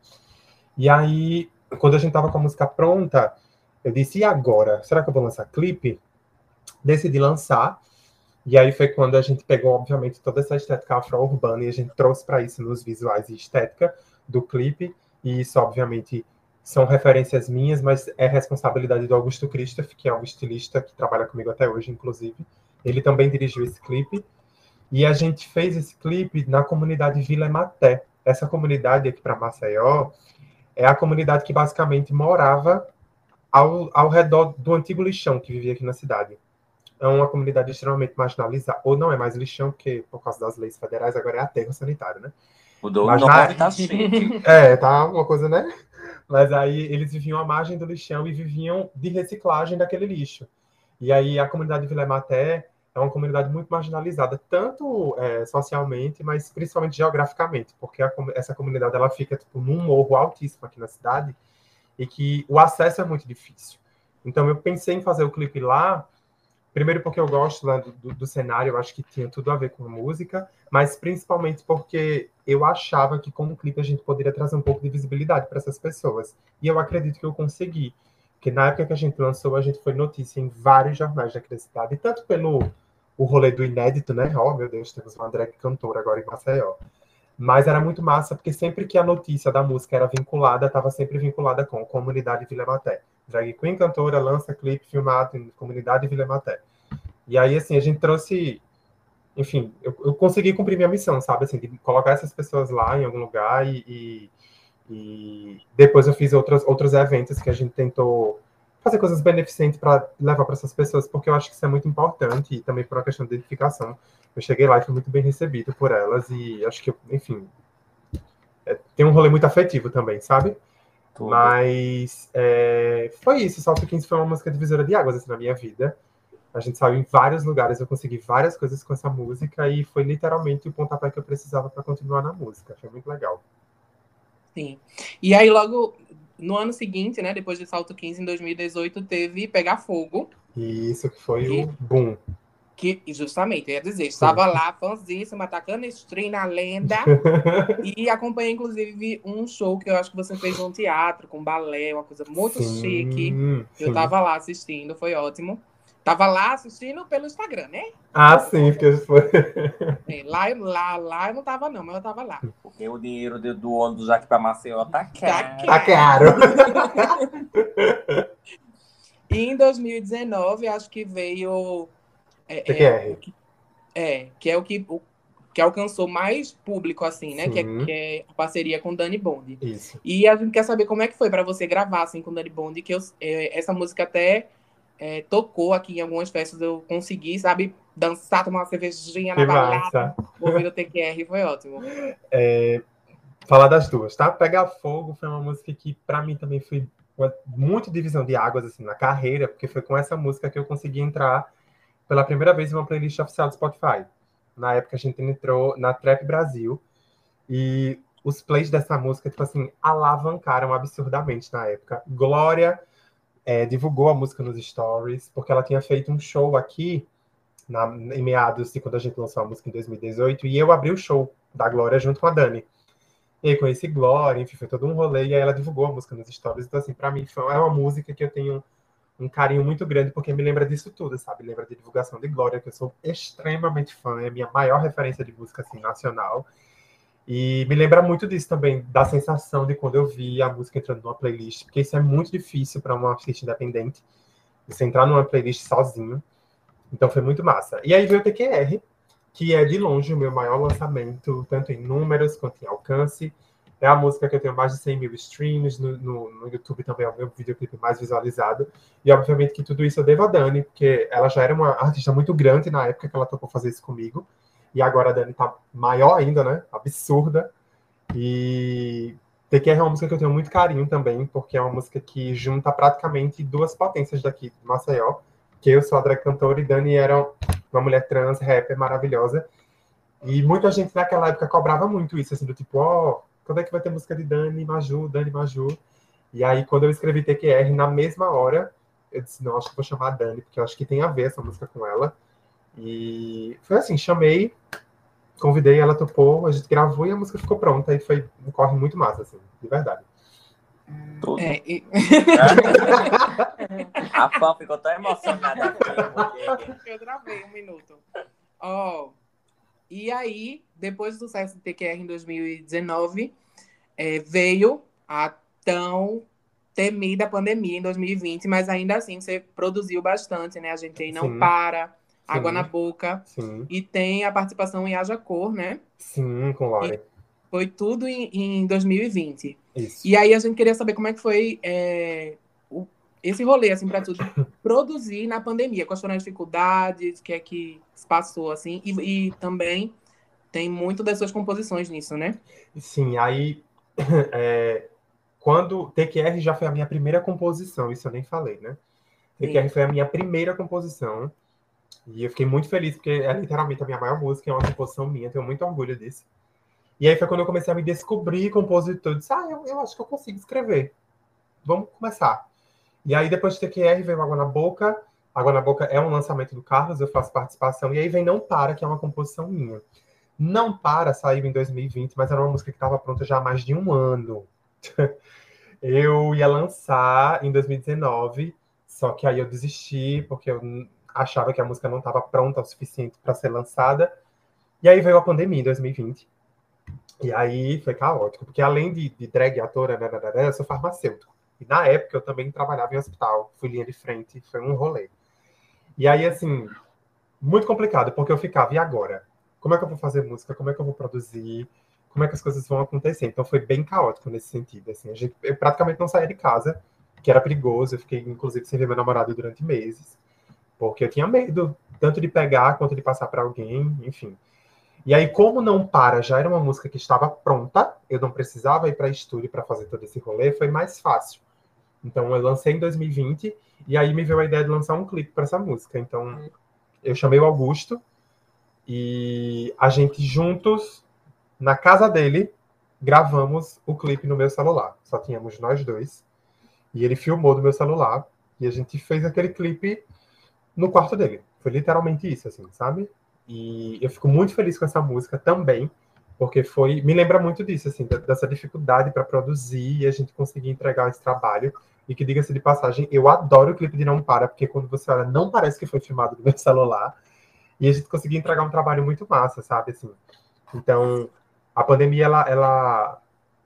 E aí, quando a gente tava com a música pronta, eu disse, e agora? Será que eu vou lançar clipe? Decidi lançar. E aí foi quando a gente pegou, obviamente, toda essa estética afro-urbana e a gente trouxe para isso nos visuais e estética do clipe. E isso, obviamente, são referências minhas, mas é responsabilidade do Augusto Christoph, que é um estilista que trabalha comigo até hoje, inclusive. Ele também dirigiu esse clipe. E a gente fez esse clipe na comunidade Vila Ematé. Essa comunidade aqui para Maceió é a comunidade que basicamente morava ao, ao redor do antigo lixão que vivia aqui na cidade. é uma comunidade extremamente marginalizada, ou não é mais lixão, porque por causa das leis federais agora é aterro sanitário, né? Mudou o Mas nome, na- tá chique. É, tá uma coisa, né? Mas aí eles viviam à margem do lixão e viviam de reciclagem daquele lixo. E aí a comunidade de Vila Maté é uma comunidade muito marginalizada, tanto é, socialmente, mas principalmente geograficamente, porque a com- essa comunidade ela fica tipo, num morro altíssimo aqui na cidade e que o acesso é muito difícil. Então eu pensei em fazer o clipe lá, primeiro porque eu gosto, né, do, do cenário, eu acho que tinha tudo a ver com a música, mas principalmente porque eu achava que com o clipe a gente poderia trazer um pouco de visibilidade para essas pessoas. E eu acredito que eu consegui. Porque na época que a gente lançou, a gente foi notícia em vários jornais daqui da cidade, tanto pelo o rolê do inédito, né? Oh, meu Deus, temos uma drag cantora agora em Maceió. Mas era muito massa, porque sempre que a notícia da música era vinculada, estava sempre vinculada com comunidade Vila Maté. Drag queen cantora lança clipe filmado em comunidade Vila Maté. E aí, assim, a gente trouxe... Enfim, eu, eu consegui cumprir minha missão, sabe? Assim, de colocar essas pessoas lá em algum lugar e... e, e depois eu fiz outros, outros eventos que a gente tentou fazer coisas beneficentes para levar para essas pessoas, porque eu acho que isso é muito importante e também por uma questão de identificação. Eu cheguei lá e fui muito bem recebido por elas e acho que, enfim, é, tem um rolê muito afetivo também, sabe? Tudo. Mas é, foi isso. Salto quinze foi uma música divisora de águas assim, na minha vida. A gente saiu em vários lugares, eu consegui várias coisas com essa música e foi literalmente o pontapé que eu precisava para continuar na música. Foi muito legal. Sim. E aí, logo no ano seguinte, né, depois de Salto quinze, em dois mil e dezoito, teve Pegar Fogo. E isso que foi E- o boom. Que, justamente, eu ia dizer, estava lá, fãzíssima, atacando stream na lenda. E acompanhei, inclusive, um show que eu acho que você fez num teatro, com balé, uma coisa muito Sim, chique. Eu sim. tava lá assistindo, foi ótimo. Tava lá assistindo pelo Instagram, né? Ah, sim, porque foi. É, lá, lá, lá eu não tava, não, mas eu tava lá. Porque o dinheiro do, do ônibus aqui pra Maceió tá caro. Tá caro. E em dois mil e dezenove, acho que veio. É, T Q R. é, o que- é, que é o que, o, que alcançou mais público, assim, né? Que é, Sim. que é a parceria com Dani Bond. Isso. E a gente quer saber como é que foi pra você gravar, assim, com Dani Bond, que eu, é, essa música até é, tocou aqui em algumas festas, eu consegui, sabe, dançar, tomar uma cervejinha na Que balada, massa. ouvindo o T Q R, foi ótimo. É, falar das duas, tá? Pegar Fogo foi uma música que, pra mim, também foi uma, muito divisão de águas, assim, na carreira, porque foi com essa música que eu consegui entrar pela primeira vez em uma playlist oficial do Spotify. Na época, a gente entrou na Trap Brasil, e os plays dessa música, tipo assim, alavancaram absurdamente na época. Glória é, divulgou a música nos stories, porque ela tinha feito um show aqui, na, em meados de quando a gente lançou a música em dois mil e dezoito, e eu abri o show da Glória junto com a Dani. E aí conheci Glória, enfim, foi todo um rolê, e aí ela divulgou a música nos stories. Então, assim, pra mim, foi, é uma música que eu tenho um carinho muito grande, porque me lembra disso tudo, sabe? Lembra de divulgação de Glória, que eu sou extremamente fã, é a minha maior referência de música, assim, nacional. E me lembra muito disso também, da sensação de quando eu vi a música entrando numa playlist, porque isso é muito difícil para um artista independente, você entrar numa playlist sozinho. Então foi muito massa. E aí veio o T Q R, que é de longe o meu maior lançamento, tanto em números quanto em alcance. É a música que eu tenho mais de cem mil streams, no, no, no YouTube também é o meu videoclipe mais visualizado. E obviamente que tudo isso eu devo a Dani, porque ela já era uma artista muito grande na época que ela topou fazer isso comigo. E agora a Dani tá maior ainda, né? Absurda. E T Q R é uma música que eu tenho muito carinho também, porque é uma música que junta praticamente duas potências daqui de Maceió, que eu sou a drag cantora e Dani era uma mulher trans, rapper maravilhosa. E muita gente naquela época cobrava muito isso, assim, do tipo, ó, oh, quando é que vai ter música de Dani Maju, Dani Maju? E aí, quando eu escrevi T Q R, na mesma hora, eu disse, não, acho que vou chamar a Dani, porque eu acho que tem a ver essa música com ela. E foi assim, chamei, convidei, ela topou, a gente gravou e a música ficou pronta. E foi um corre muito massa, assim, de verdade. Tudo. É, e- A fã ficou tão emocionada aqui, porque... Eu gravei um minuto. Ó, e aí, depois do sucesso do T Q R em dois mil e dezenove, é, veio a tão temida pandemia em dois mil e vinte, mas ainda assim você produziu bastante, né? A gente tem Não Sim. Para, Água Sim. na Boca, Sim, e tem a participação em Haja Cor, né? sim, com Lore. Foi tudo em, em dois mil e vinte. Isso. E aí a gente queria saber como é que foi é, o- esse rolê, assim, pra tu produzir na pandemia? Quais foram as dificuldades? O que é que se passou, assim? E, e também tem muito das suas composições nisso, né? Sim, aí é, quando T Q R já foi a minha primeira composição, isso eu nem falei, né? T Q R foi a minha primeira composição e eu fiquei muito feliz porque é literalmente a minha maior música, é uma composição minha, tenho muito orgulho disso. E aí foi quando eu comecei a me descobrir compositor, eu disse, ah, eu, eu acho que eu consigo escrever, vamos começar. E aí depois de T Q R veio Água na Boca, Água na Boca é um lançamento do Carlos, eu faço participação, e aí vem Não Para, que é uma composição minha. Não Para saiu em dois mil e vinte, mas era uma música que estava pronta já há mais de um ano. Eu ia lançar em dois mil e dezenove, só que aí eu desisti, porque eu achava que a música não estava pronta o suficiente para ser lançada. E aí veio a pandemia em dois mil e vinte. E aí foi caótico, porque além de, de drag atora, né, né, né, né, eu sou farmacêutico. E na época eu também trabalhava em hospital, fui linha de frente, foi um rolê. E aí, assim, muito complicado, porque eu ficava, e agora? Como é que eu vou fazer música? Como é que eu vou produzir? Como é que as coisas vão acontecer? Então foi bem caótico nesse sentido. Assim, a gente, eu praticamente não saía de casa, que era perigoso. Eu fiquei, inclusive, sem ver meu namorado durante meses, porque eu tinha medo, tanto de pegar quanto de passar para alguém, enfim. E aí, como Não Para já era uma música que estava pronta, eu não precisava ir para estúdio para fazer todo esse rolê, foi mais fácil. Então eu lancei em dois mil e vinte, e aí me veio a ideia de lançar um clipe para essa música. Então eu chamei o Augusto, e a gente juntos, na casa dele, gravamos o clipe no meu celular. Só tínhamos nós dois. E ele filmou do meu celular. E a gente fez aquele clipe no quarto dele. Foi literalmente isso, assim, sabe? E eu fico muito feliz com essa música também, porque foi, me lembra muito disso, assim, dessa dificuldade para produzir e a gente conseguir entregar esse trabalho. E que, diga-se de passagem, eu adoro o clipe de Não Para, porque quando você olha, não parece que foi filmado no meu celular. E a gente conseguiu entregar um trabalho muito massa, sabe? Assim, então, a pandemia, ela, ela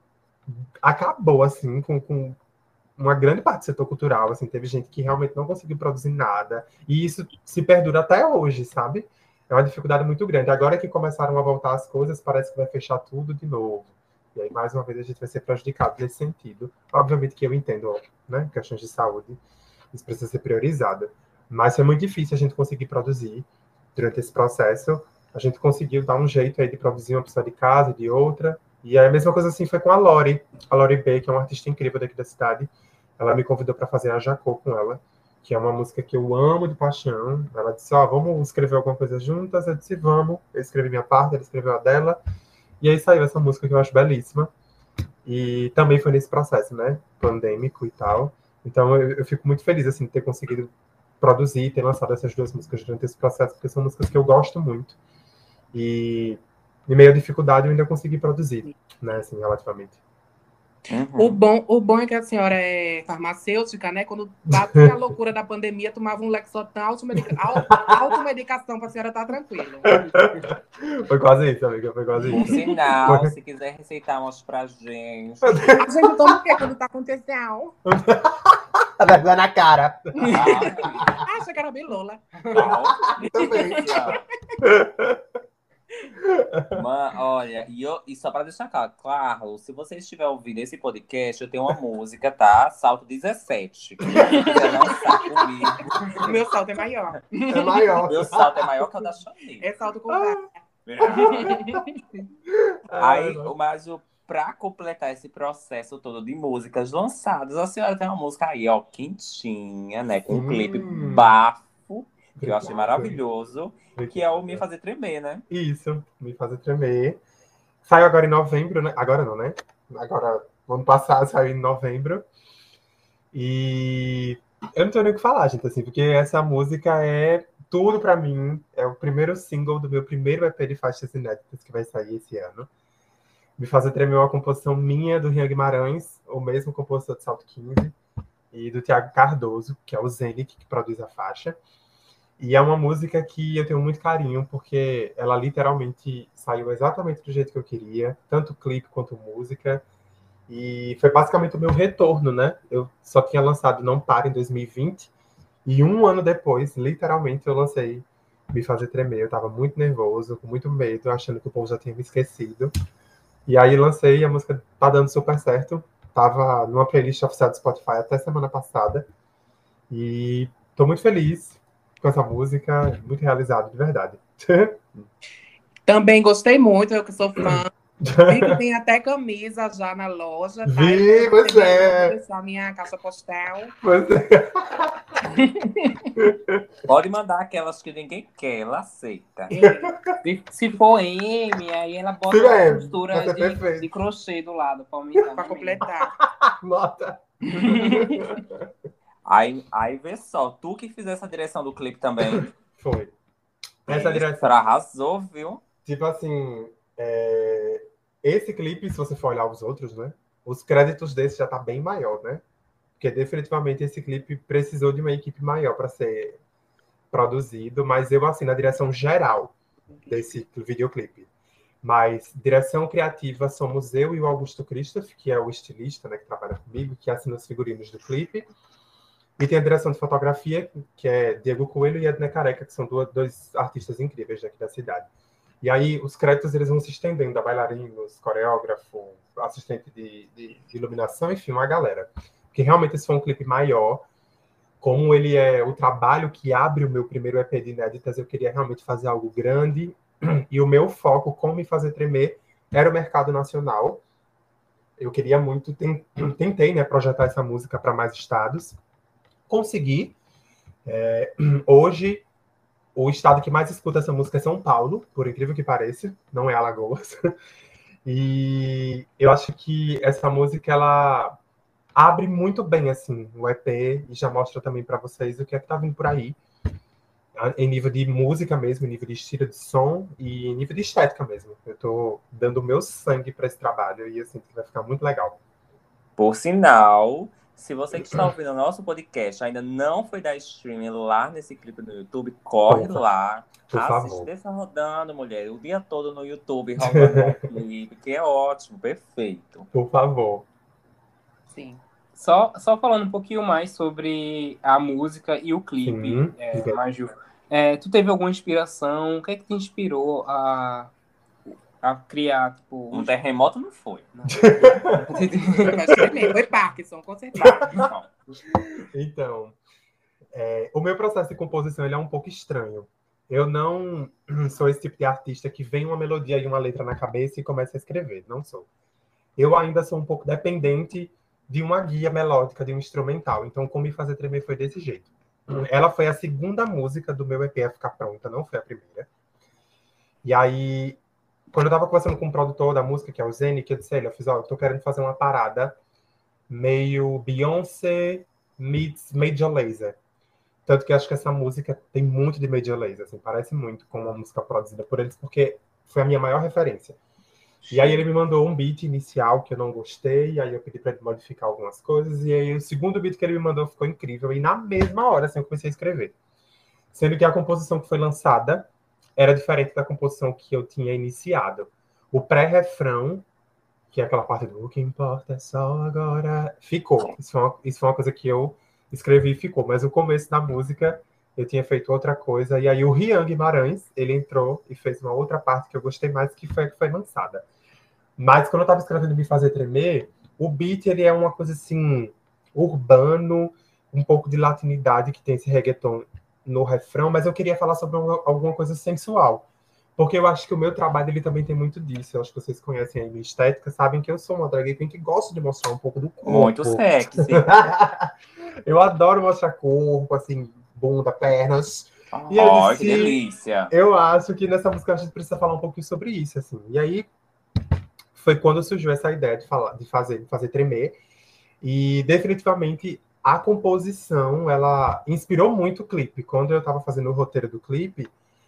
acabou, assim, com, com uma grande parte do setor cultural. Assim, teve gente que realmente não conseguiu produzir nada. E isso se perdura até hoje, sabe? É uma dificuldade muito grande. Agora que começaram a voltar as coisas, parece que vai fechar tudo de novo. E aí, mais uma vez, a gente vai ser prejudicado nesse sentido. Obviamente que eu entendo, né? Questões de saúde, isso precisa ser priorizado. Mas é muito difícil a gente conseguir produzir durante esse processo. A gente conseguiu dar um jeito aí de produzir uma pessoa de casa, de outra. E a mesma coisa assim foi com a Lori. A Lori B, que é uma artista incrível daqui da cidade. Ela me convidou para fazer a Jacô com ela, que é uma música que eu amo de paixão. Ela disse, ó, oh, vamos escrever alguma coisa juntas? Eu disse, vamos. Eu escrevi minha parte, ela escreveu a dela. E aí saiu essa música que eu acho belíssima. E também foi nesse processo, né? Pandêmico e tal. Então eu, eu fico muito feliz, assim, de ter conseguido produzir e ter lançado essas duas músicas durante esse processo, porque são músicas que eu gosto muito. E, em meio à dificuldade, eu ainda consegui produzir, né, assim, relativamente. Uhum. O, bom, o bom é que a senhora é farmacêutica, né? Quando batia a loucura da pandemia, tomava um Lexotan, automedica... automedicação para a senhora estar tranquila. Foi quase isso, amiga, foi quase Um isso. sinal, se quiser receitar, mostra pra gente. A gente toma o quê quando tá acontecendo? Tá vergonha na cara. Ah, achei que era bem Lola. Também. Mano, olha, e, eu, e só pra deixar claro, se você estiver ouvindo esse podcast, eu tenho uma música, tá? Salto dezessete. Se quiser lançar comigo. Meu salto é maior. É maior. Meu salto é maior que o da Chanel. É salto com ah. Aí, mas o pra completar esse processo todo de músicas lançadas, a senhora tem uma música aí, ó, quentinha, né? Com um clipe bafo, que eu achei maravilhoso, que é o Me Fazer Tremer, né? Isso, Me Fazer Tremer. Saiu agora em novembro, né? Agora não, né? Agora, ano passado, saiu em novembro. E eu não tenho nem o que falar, gente, assim, porque essa música é tudo pra mim. É o primeiro single do meu primeiro E P de faixas inéditas que vai sair esse ano. Me Fazer Tremer uma composição minha, do Rian Guimarães, o mesmo compositor de Salto quinze, e do Thiago Cardoso, que é o Zenit, que produz a faixa. E é uma música que eu tenho muito carinho, porque ela literalmente saiu exatamente do jeito que eu queria, tanto clipe quanto música. E foi basicamente o meu retorno, né? Eu só tinha lançado Não Para em dois mil e vinte, e um ano depois, literalmente, eu lancei Me Fazer Tremer. Eu tava muito nervoso, com muito medo, achando que o povo já tinha me esquecido. E aí lancei, a música tá dando super certo. Tava numa playlist oficial do Spotify até semana passada. E tô muito feliz com essa música, muito realizado, de verdade. Também gostei muito, eu que sou fã. Vi que tem até camisa já na loja, tá? Vi, Eu pois é. vou deixar minha caixa postal. Pois é. Pode mandar aquelas que ninguém quer, ela aceita. Se, se for M, aí ela bota Se é uma M, costura vai ser de, perfeito. de crochê do lado pra aumentar. Pra completar. Nota. Aí, aí vê só, tu que fizesse a direção do clipe também. Foi. Essa Isso, direção. senhora arrasou, viu? Tipo assim, é, esse clipe, se você for olhar os outros, né? Os créditos desse já tá bem maior, né? Porque definitivamente esse clipe precisou de uma equipe maior para ser produzido, mas eu assino a direção geral desse videoclipe. Mas direção criativa somos eu e o Augusto Christoph, que é o estilista, né, que trabalha comigo, que assina os figurinos do clipe. E tem a direção de fotografia, que é Diego Coelho e Edna Careca, que são dois, dois artistas incríveis daqui da cidade. E aí os créditos eles vão se estendendo a bailarinos, coreógrafo, assistente de, de, de iluminação, enfim, uma galera. Porque realmente esse foi um clipe maior. Como ele é o trabalho que abre o meu primeiro E P de inéditas, eu queria realmente fazer algo grande. E o meu foco, como Me Fazer Tremer, era o mercado nacional. Eu queria muito, tentei, né, projetar essa música para mais estados. Consegui. É, hoje, o estado que mais escuta essa música é São Paulo, por incrível que pareça, não é Alagoas. E eu acho que essa música, ela abre muito bem, assim, o E P e já mostra também para vocês o que é que tá vindo por aí. Em nível de música mesmo, em nível de estilo de som e em nível de estética mesmo. Eu tô dando o meu sangue para esse trabalho e assim, vai ficar muito legal. Por sinal, se você que está ouvindo o nosso podcast ainda não foi dar streaming lá nesse clipe no YouTube, corre Por lá. Por Assiste, favor. deixa rodando, mulher, o dia todo no YouTube, rolando o clipe, que é ótimo, perfeito. Por favor. Sim. Só, só falando um pouquinho mais sobre a música e o clipe, Sim. é, Maju. É, tu teve alguma inspiração? O que é que te inspirou a, a criar, tipo... Um terremoto não foi. Não. Foi Parkinson, com certeza. Então, é, o meu processo de composição ele é um pouco estranho. Eu não sou esse tipo de artista que vem uma melodia e uma letra na cabeça e começa a escrever. Não sou. Eu ainda sou um pouco dependente de uma guia melódica, de um instrumental. Então, Como Me Fazer Tremer foi desse jeito. Ela foi a segunda música do meu E P a ficar pronta, não foi a primeira. E aí, quando eu tava conversando com o produtor da música, que é o Zene, que eu disse, eu fiz, ó, eu tô querendo fazer uma parada meio Beyoncé meets Major Lazer. Tanto que acho que essa música tem muito de Major Lazer, assim, parece muito com uma música produzida por eles, porque foi a minha maior referência. E aí ele me mandou um beat inicial que eu não gostei, aí eu pedi para ele modificar algumas coisas, e aí o segundo beat que ele me mandou ficou incrível, e na mesma hora, assim, eu comecei a escrever. Sendo que a composição que foi lançada era diferente da composição que eu tinha iniciado. O pré-refrão, que é aquela parte do o que importa é só agora, ficou. Isso foi uma, isso foi uma coisa que eu escrevi e ficou, mas o começo da música eu tinha feito outra coisa, e aí o Rian Guimarães, ele entrou e fez uma outra parte que eu gostei mais, que foi a que foi lançada. Mas quando eu tava escrevendo Me Fazer Tremer, o beat, ele é uma coisa assim, urbano, um pouco de latinidade, que tem esse reggaeton no refrão, mas eu queria falar sobre uma, alguma coisa sensual. Porque eu acho que o meu trabalho, ele também tem muito disso. Eu acho que vocês conhecem a minha estética, sabem que eu sou uma drag queen que gosta de mostrar um pouco do corpo. Muito sexy. Eu adoro mostrar corpo, assim, bunda, pernas. Oh, E eu disse, que delícia. Eu acho que nessa música a gente precisa falar um pouquinho sobre isso, assim. E aí foi quando surgiu essa ideia de falar, de fazer, de fazer tremer. E definitivamente a composição, ela inspirou muito o clipe. Quando eu estava fazendo o roteiro do clipe,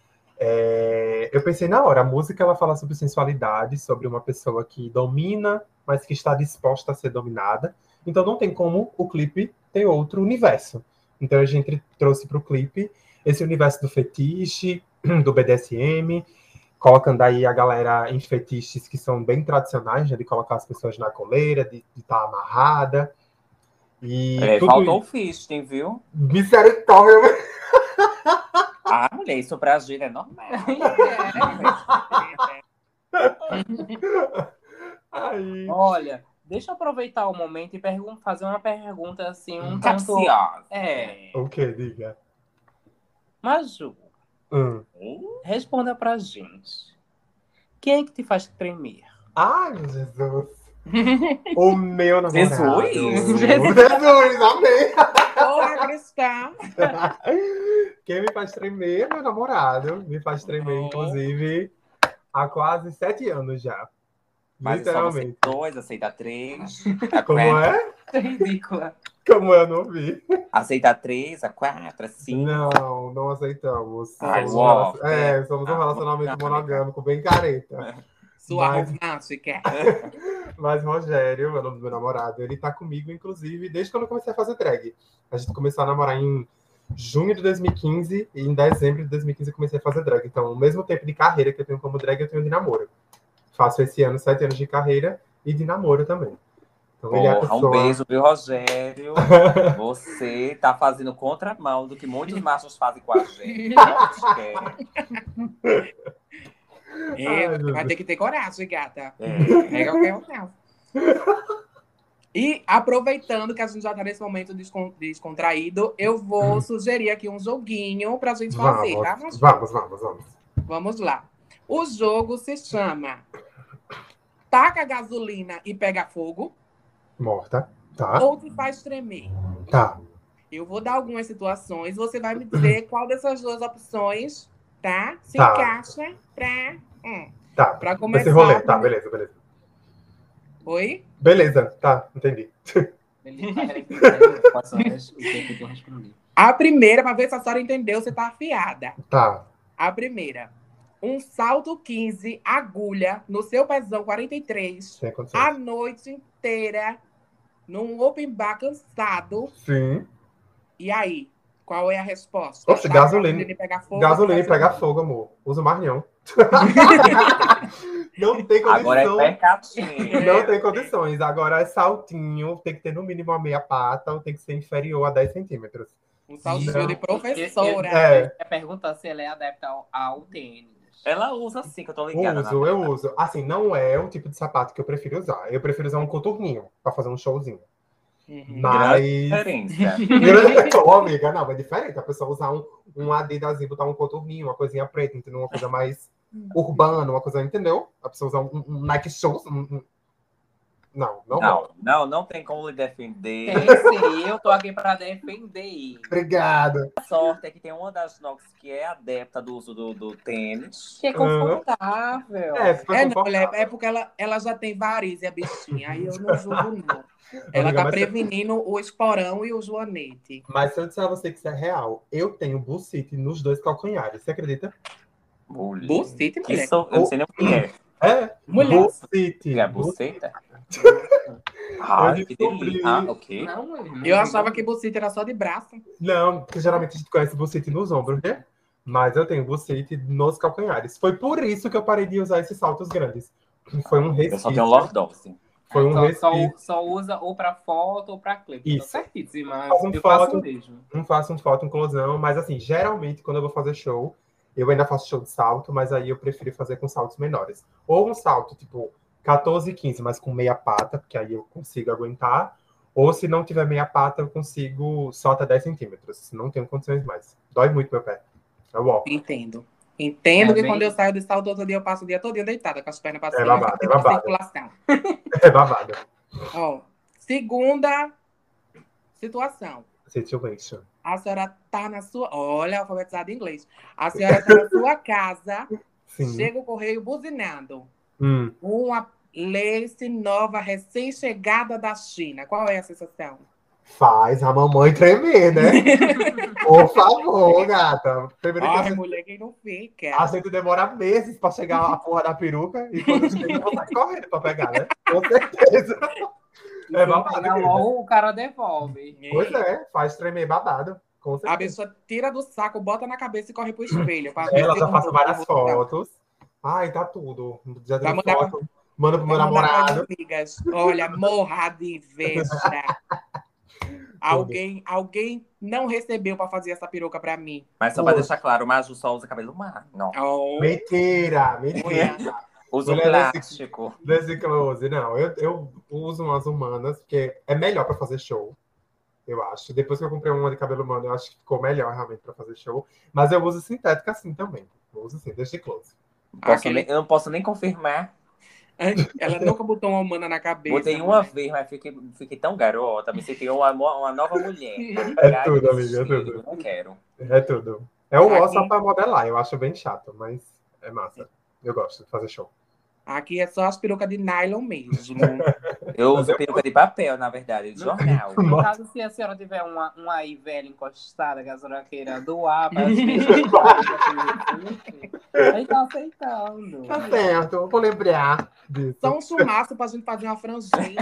é, eu pensei na hora, a música ela fala sobre sensualidade, sobre uma pessoa que domina, mas que está disposta a ser dominada. Então não tem como o clipe ter outro universo. Então a gente trouxe para o clipe esse universo do fetiche, do B D S M, colocando aí a galera em fetiches que são bem tradicionais, né, de colocar as pessoas na coleira, de estar tá amarrada. E é, tudo faltou isso... o fisting, viu? Misericórdia! Ah, mulher, isso pra gente é normal. É, Aí. Olha, deixa eu aproveitar o momento e pergun- fazer uma pergunta assim, um tanto. Capciosa. É. O que? Diga. Maju, Hum. responda pra gente. Quem é que te faz tremer? Ai, meu Jesus. O meu namorado. Jesus. Jesus, amém. Porra, cristã. Quem me faz tremer é meu namorado. Me faz tremer, Oh. inclusive, há quase sete anos já. Mas é só você Literalmente. dois, aceita três. A Como quatro. é? É ridícula. Como eu não vi. Aceita três, a quatro, a cinco. Não, não aceitamos. Ai, somos, um uó, relacion- é, somos um Ah, relacionamento não, monogâmico bem careta. Sua Mas- romântica. Mas Rogério, é o nome do meu namorado, ele tá comigo, inclusive, desde quando eu comecei a fazer drag. A gente começou a namorar em junho de dois mil e quinze e em dezembro de dois mil e quinze eu comecei a fazer drag. Então, o mesmo tempo de carreira que eu tenho como drag, eu tenho de namoro. Faço esse ano sete anos de carreira e de namoro também. Então, ele é a Porra, pessoa... um beijo, viu, Rogério? Você tá fazendo contramão do que muitos machos fazem com a gente. Não te quer. É, Ai, você meu vai Deus. ter que ter coragem, gata. É. Pega qualquer um, não. E aproveitando que a gente já tá nesse momento descon- descontraído, eu vou sugerir aqui um joguinho pra gente fazer, tá? Vamos, Mas vamos, vamos, vamos. vamos lá. O jogo se chama Taca Gasolina e Pega Fogo Morta, tá? ou Te Faz Tremer. Tá. Eu vou dar algumas situações, você vai me dizer qual dessas duas opções, tá? Se Tá. encaixa pra... Hum. Tá. Pra começar... Esse rolê, tá, beleza, beleza. Oi? Beleza, tá, entendi. Ele tá querendo entender quais são as- o que eu respondi. A primeira, pra ver se a senhora entendeu, você tá afiada. Tá. A primeira. Um salto quinze, agulha, no seu pezão quarenta e três, Sem condições. a noite inteira, num open bar cansado. Sim. E aí? Qual é a resposta? Oxe, Taca gasolina. e pega fogo. Gasolina e faz- pega fogo, amor. Usa mais não. Não tem Agora é condição. percatinho. Não tem condições. Agora é saltinho, tem que ter no mínimo a meia pata, ou tem que ser inferior a dez centímetros. Um saltinho Não. de professora. É. É perguntar se ela é adepta ao, ao tênis. Ela usa assim, que eu tô ligada. Uso, na eu tela. uso. Assim, não é o tipo de sapato que eu prefiro usar. Eu prefiro usar um coturninho pra fazer um showzinho. Uhum. Mas. Diferença. Ô, amiga, não, é diferente. A pessoa usar um, um Adidas e botar um coturninho, uma coisinha preta, entendeu? Uma coisa mais urbana, uma coisa, entendeu? A pessoa usar um, um Nike Shoes. Um, um... Não, não, Não, não, não tem como lhe defender. Tem sim, eu tô aqui pra defender. Obrigado. A sorte é que tem uma das Nox que é adepta do uso do, do tênis. Que é confortável. É, fica É, não, confortável. é, é porque ela, ela já tem varizes, a bichinha. Aí eu não julgo, não. Ela Amiga, tá mas- prevenindo o esporão e o joanete. Mas se eu disser a você que isso é real, eu tenho bullshit nos dois calcanhares. Você acredita? Mulher. Bucete, Que mulher. sou, eu não sei nem o que é. É, Mulher. bullshit. Que é Bullshit. buceta? Ai, que descobri. delícia. Ah, ok. Não, mulher, não Eu tem achava como. que bucete era só de braço. Não, porque geralmente a gente conhece bullshit nos ombros, né? Mas eu tenho bullshit nos calcanhares. Foi por isso que eu parei de usar esses saltos grandes. Foi um Eu resquício. só tenho lordose. Foi um só, só, resquício. só usa ou pra foto ou pra clipe. Isso. Tô certíssimo, mas Faz um eu faço foto. mesmo. Não faço um foto, um closão, mas assim, geralmente quando eu vou fazer show, eu ainda faço show de salto, mas aí eu prefiro fazer com saltos menores. Ou um salto, tipo, quatorze, quinze, mas com meia pata, porque aí eu consigo aguentar. Ou se não tiver meia pata, eu consigo só até dez centímetros. Não tenho condições mais. Dói muito meu pé. É walk. Entendo. Entendo É que bem- quando eu saio de salto todo dia, eu passo o dia todo deitada com as pernas para É cima. babado, é sem babado. circulação. É babado. Ó, segunda situação. Situation. A senhora tá na sua... Olha, alfabetizada em inglês. A senhora tá na sua casa, Sim. chega o correio buzinando. Hum. Uma lace nova, recém-chegada da China. Qual é a sensação? Faz a mamãe tremer, né? Por favor, gata. Primeiro que a Ai, gente, mulher, quem não fica? a gente demora meses pra chegar a porra da peruca e quando chega, eu vou sair correndo pra pegar, né? Com certeza. É babado, Pegar querida. logo, o cara devolve. Pois é, faz tremer babado. Com A certeza. pessoa tira do saco, bota na cabeça e corre pro espelho. pra Ela ver já se passa o- várias o- fotos. Ai, tá tudo. Já Vai tem mandar foto. Manda pro meu Vai mandar pras namorado. amigas. Olha, morra de inveja. alguém, alguém não recebeu pra fazer essa peruca pra mim. Mas só pra Pô. deixar claro, o Maju só usa cabelo humano. Não. Oh, Mentira, mentira. Usa o Mulher desse- plástico. Desse close, não. Eu, eu uso umas humanas, porque é melhor pra fazer show, eu acho. Depois que eu comprei uma de cabelo humano, eu acho que ficou melhor realmente pra fazer show. Mas eu uso sintética assim também. Eu uso assim, desde close. Não posso Aquele- nem- eu não posso nem confirmar. Ela nunca botou uma humana na cabeça. Botei uma né? vez, mas fiquei, fiquei tão garota. Me senti uma, uma nova mulher. É Ai, tudo, que amiga, é cheiro, tudo. Não quero. É tudo. É o ó Aqui- só pra modelar. Eu acho bem chato, mas é massa. Eu gosto de fazer show. Aqui é só as perucas de nylon mesmo. Eu uso peruca de papel, na verdade, de jornal. No caso, se a senhora tiver uma, uma aí velha encostada, que a senhora queira doar para as pessoas, aí tá aceitando. Tá certo, eu vou lembrar disso. Só um chumaço pra gente fazer uma franjinha.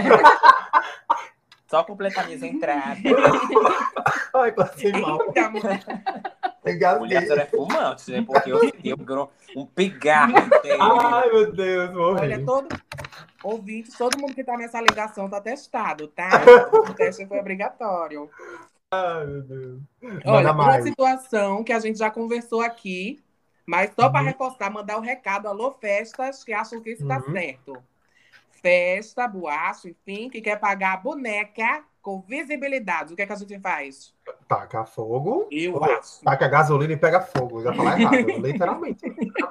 Só completar minhas entradas. Ai, passei mal. Eita, mulher. Engasguei. Mulher, a senhora é fumante, né? Porque eu senti um, um pigarro inteiro. Ai, meu Deus, morri. Olha, todo ouvinte, todo mundo que tá nessa ligação tá testado, tá? O teste foi obrigatório. Ai, meu Deus. Olha, Manda uma mais. situação que a gente já conversou aqui, mas só para Uhum. reforçar, mandar o recado, alô, festas que acham que isso tá Uhum. certo. Festa, boate, enfim, que quer pagar a boneca com visibilidade. O que é que a gente faz? Taca fogo. Eu Ou acho. Taca gasolina e pega fogo. Eu já falar errado. Literalmente.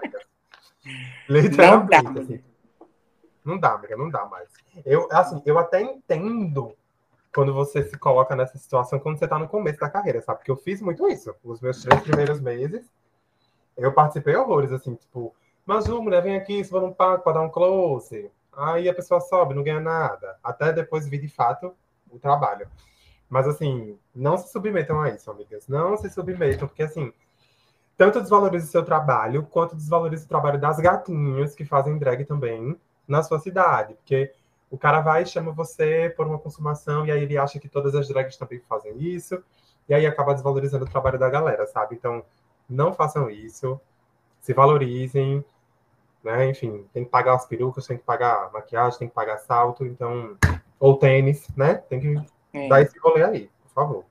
Não Literalmente. dá. assim. Não dá, amiga, não dá mais. Eu, assim, eu até entendo quando você se coloca nessa situação quando você tá no começo da carreira, sabe? Porque eu fiz muito isso. Os meus três primeiros meses, eu participei horrores, assim, tipo, Maju, mulher, vem aqui, se for um pago pra dar um close. Aí a pessoa sobe, não ganha nada. Até depois vir, de fato, o trabalho. Mas, assim, não se submetam a isso, amigas. Não se submetam, porque, assim, tanto desvaloriza o seu trabalho, quanto desvaloriza o trabalho das gatinhas que fazem drag também na sua cidade. Porque o cara vai e chama você por uma consumação, e aí ele acha que todas as drags também fazem isso, e aí acaba desvalorizando o trabalho da galera, sabe? Então, não façam isso, se valorizem, né? Enfim, tem que pagar as perucas, tem que pagar maquiagem, tem que pagar salto, então... Ou tênis, né? Tem que É. dar esse rolê aí, por favor.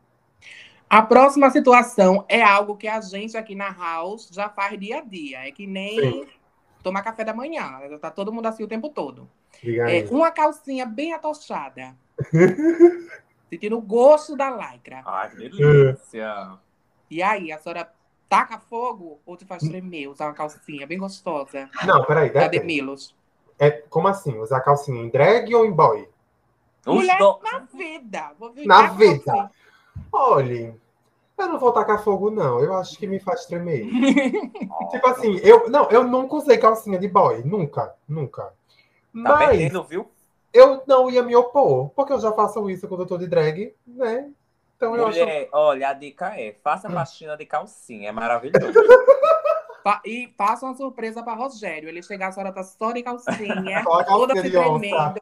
A próxima situação é algo que a gente aqui na House já faz dia a dia. É que nem Sim. tomar café da manhã. Tá todo mundo assim o tempo todo. Diga aí. É, uma calcinha bem atochada. Sentindo o gosto da lycra. Ai, que delícia. E aí, a senhora taca fogo ou te faz tremer? Usar uma calcinha bem gostosa. Não, peraí, Cadê depende. Milos? É, como assim? Usar calcinha em drag ou em boy? Os Mulher, do... na vida. Vou ficar Na com vida. você. Olha, eu não vou tacar fogo, não. Eu acho que me faz tremer. Tipo assim, eu, não, eu nunca usei calcinha de boy. Nunca, nunca. Tá Mas perdendo, viu? eu não ia me opor, porque eu já faço isso quando eu tô de drag, né? Então eu acho... Mulher, olha, a dica é, faça faxina de calcinha, é maravilhoso. Fa- E faça uma surpresa para Rogério. Ele chegar, a senhora tá só de calcinha, Só a toda calcinha se de onça. tremendo.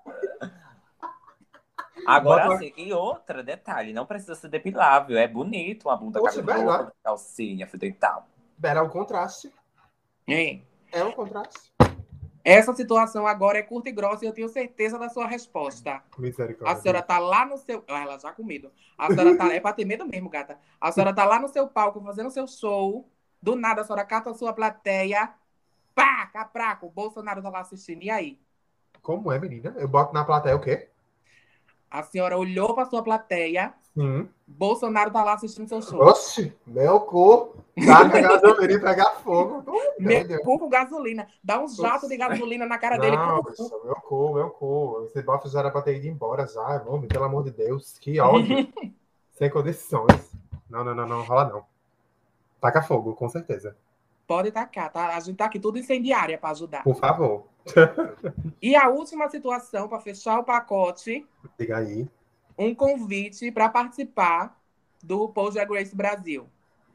Agora Bota- sim, e outra, detalhe, não precisa ser depilável, é bonito uma bunda Oxe, cabeluda, verdade. com calcinha, fio dental. Era o contraste. É. É o contraste. Essa situação agora é curta e grossa e eu tenho certeza da sua resposta. Misericórdia. A senhora tá lá no seu. Ah, ela já com medo. A senhora tá. É pra ter medo mesmo, gata. A senhora tá lá no seu palco fazendo seu show. Do nada, a senhora cata a sua plateia. Pá! Capraco! O Bolsonaro tá lá assistindo. E aí? Como é, menina? Eu boto na plateia o quê? A senhora olhou pra sua plateia. Sim. Bolsonaro tá lá assistindo seu show. Oxe, meu cu. Taca gasolina e pegar fogo. Oh, Meu Deus. cu com gasolina. Dá um jato de gasolina na cara dele. Não, Cu, cu, cu. bicho, meu cu, meu cu. Esse bofe já era pra ter ido embora já, homem, pelo amor de Deus. Que ódio. Sem condições. Não, não, não, não, rola não. Taca fogo, com certeza. Pode tacar, tá? A gente tá aqui tudo incendiária pra ajudar. Por favor. E a última situação, pra fechar o pacote, Diga aí. um convite para participar do RuPaul's Drag Race Brasil.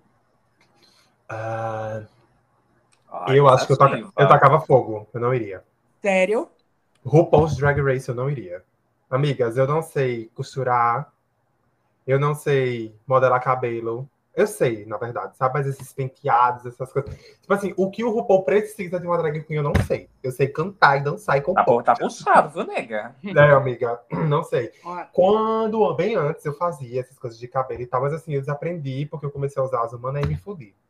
Ah, Ai, eu acho que eu, taca- pensativa. eu tacava fogo. Eu não iria. Sério? RuPaul's Drag Race eu não iria. Amigas, eu não sei costurar. Eu não sei modelar cabelo. Eu sei, na verdade, sabe? Mas esses penteados, essas coisas. Tipo assim, o que o RuPaul precisa de uma drag queen, eu não sei. Eu sei cantar e dançar e Tá, compor. pu- tá puxado, viu, nega? Né, amiga? Não sei. Ó, Quando, bem antes, eu fazia essas coisas de cabelo e tal, mas assim, eu desaprendi porque eu comecei a usar as humanas e me fudi.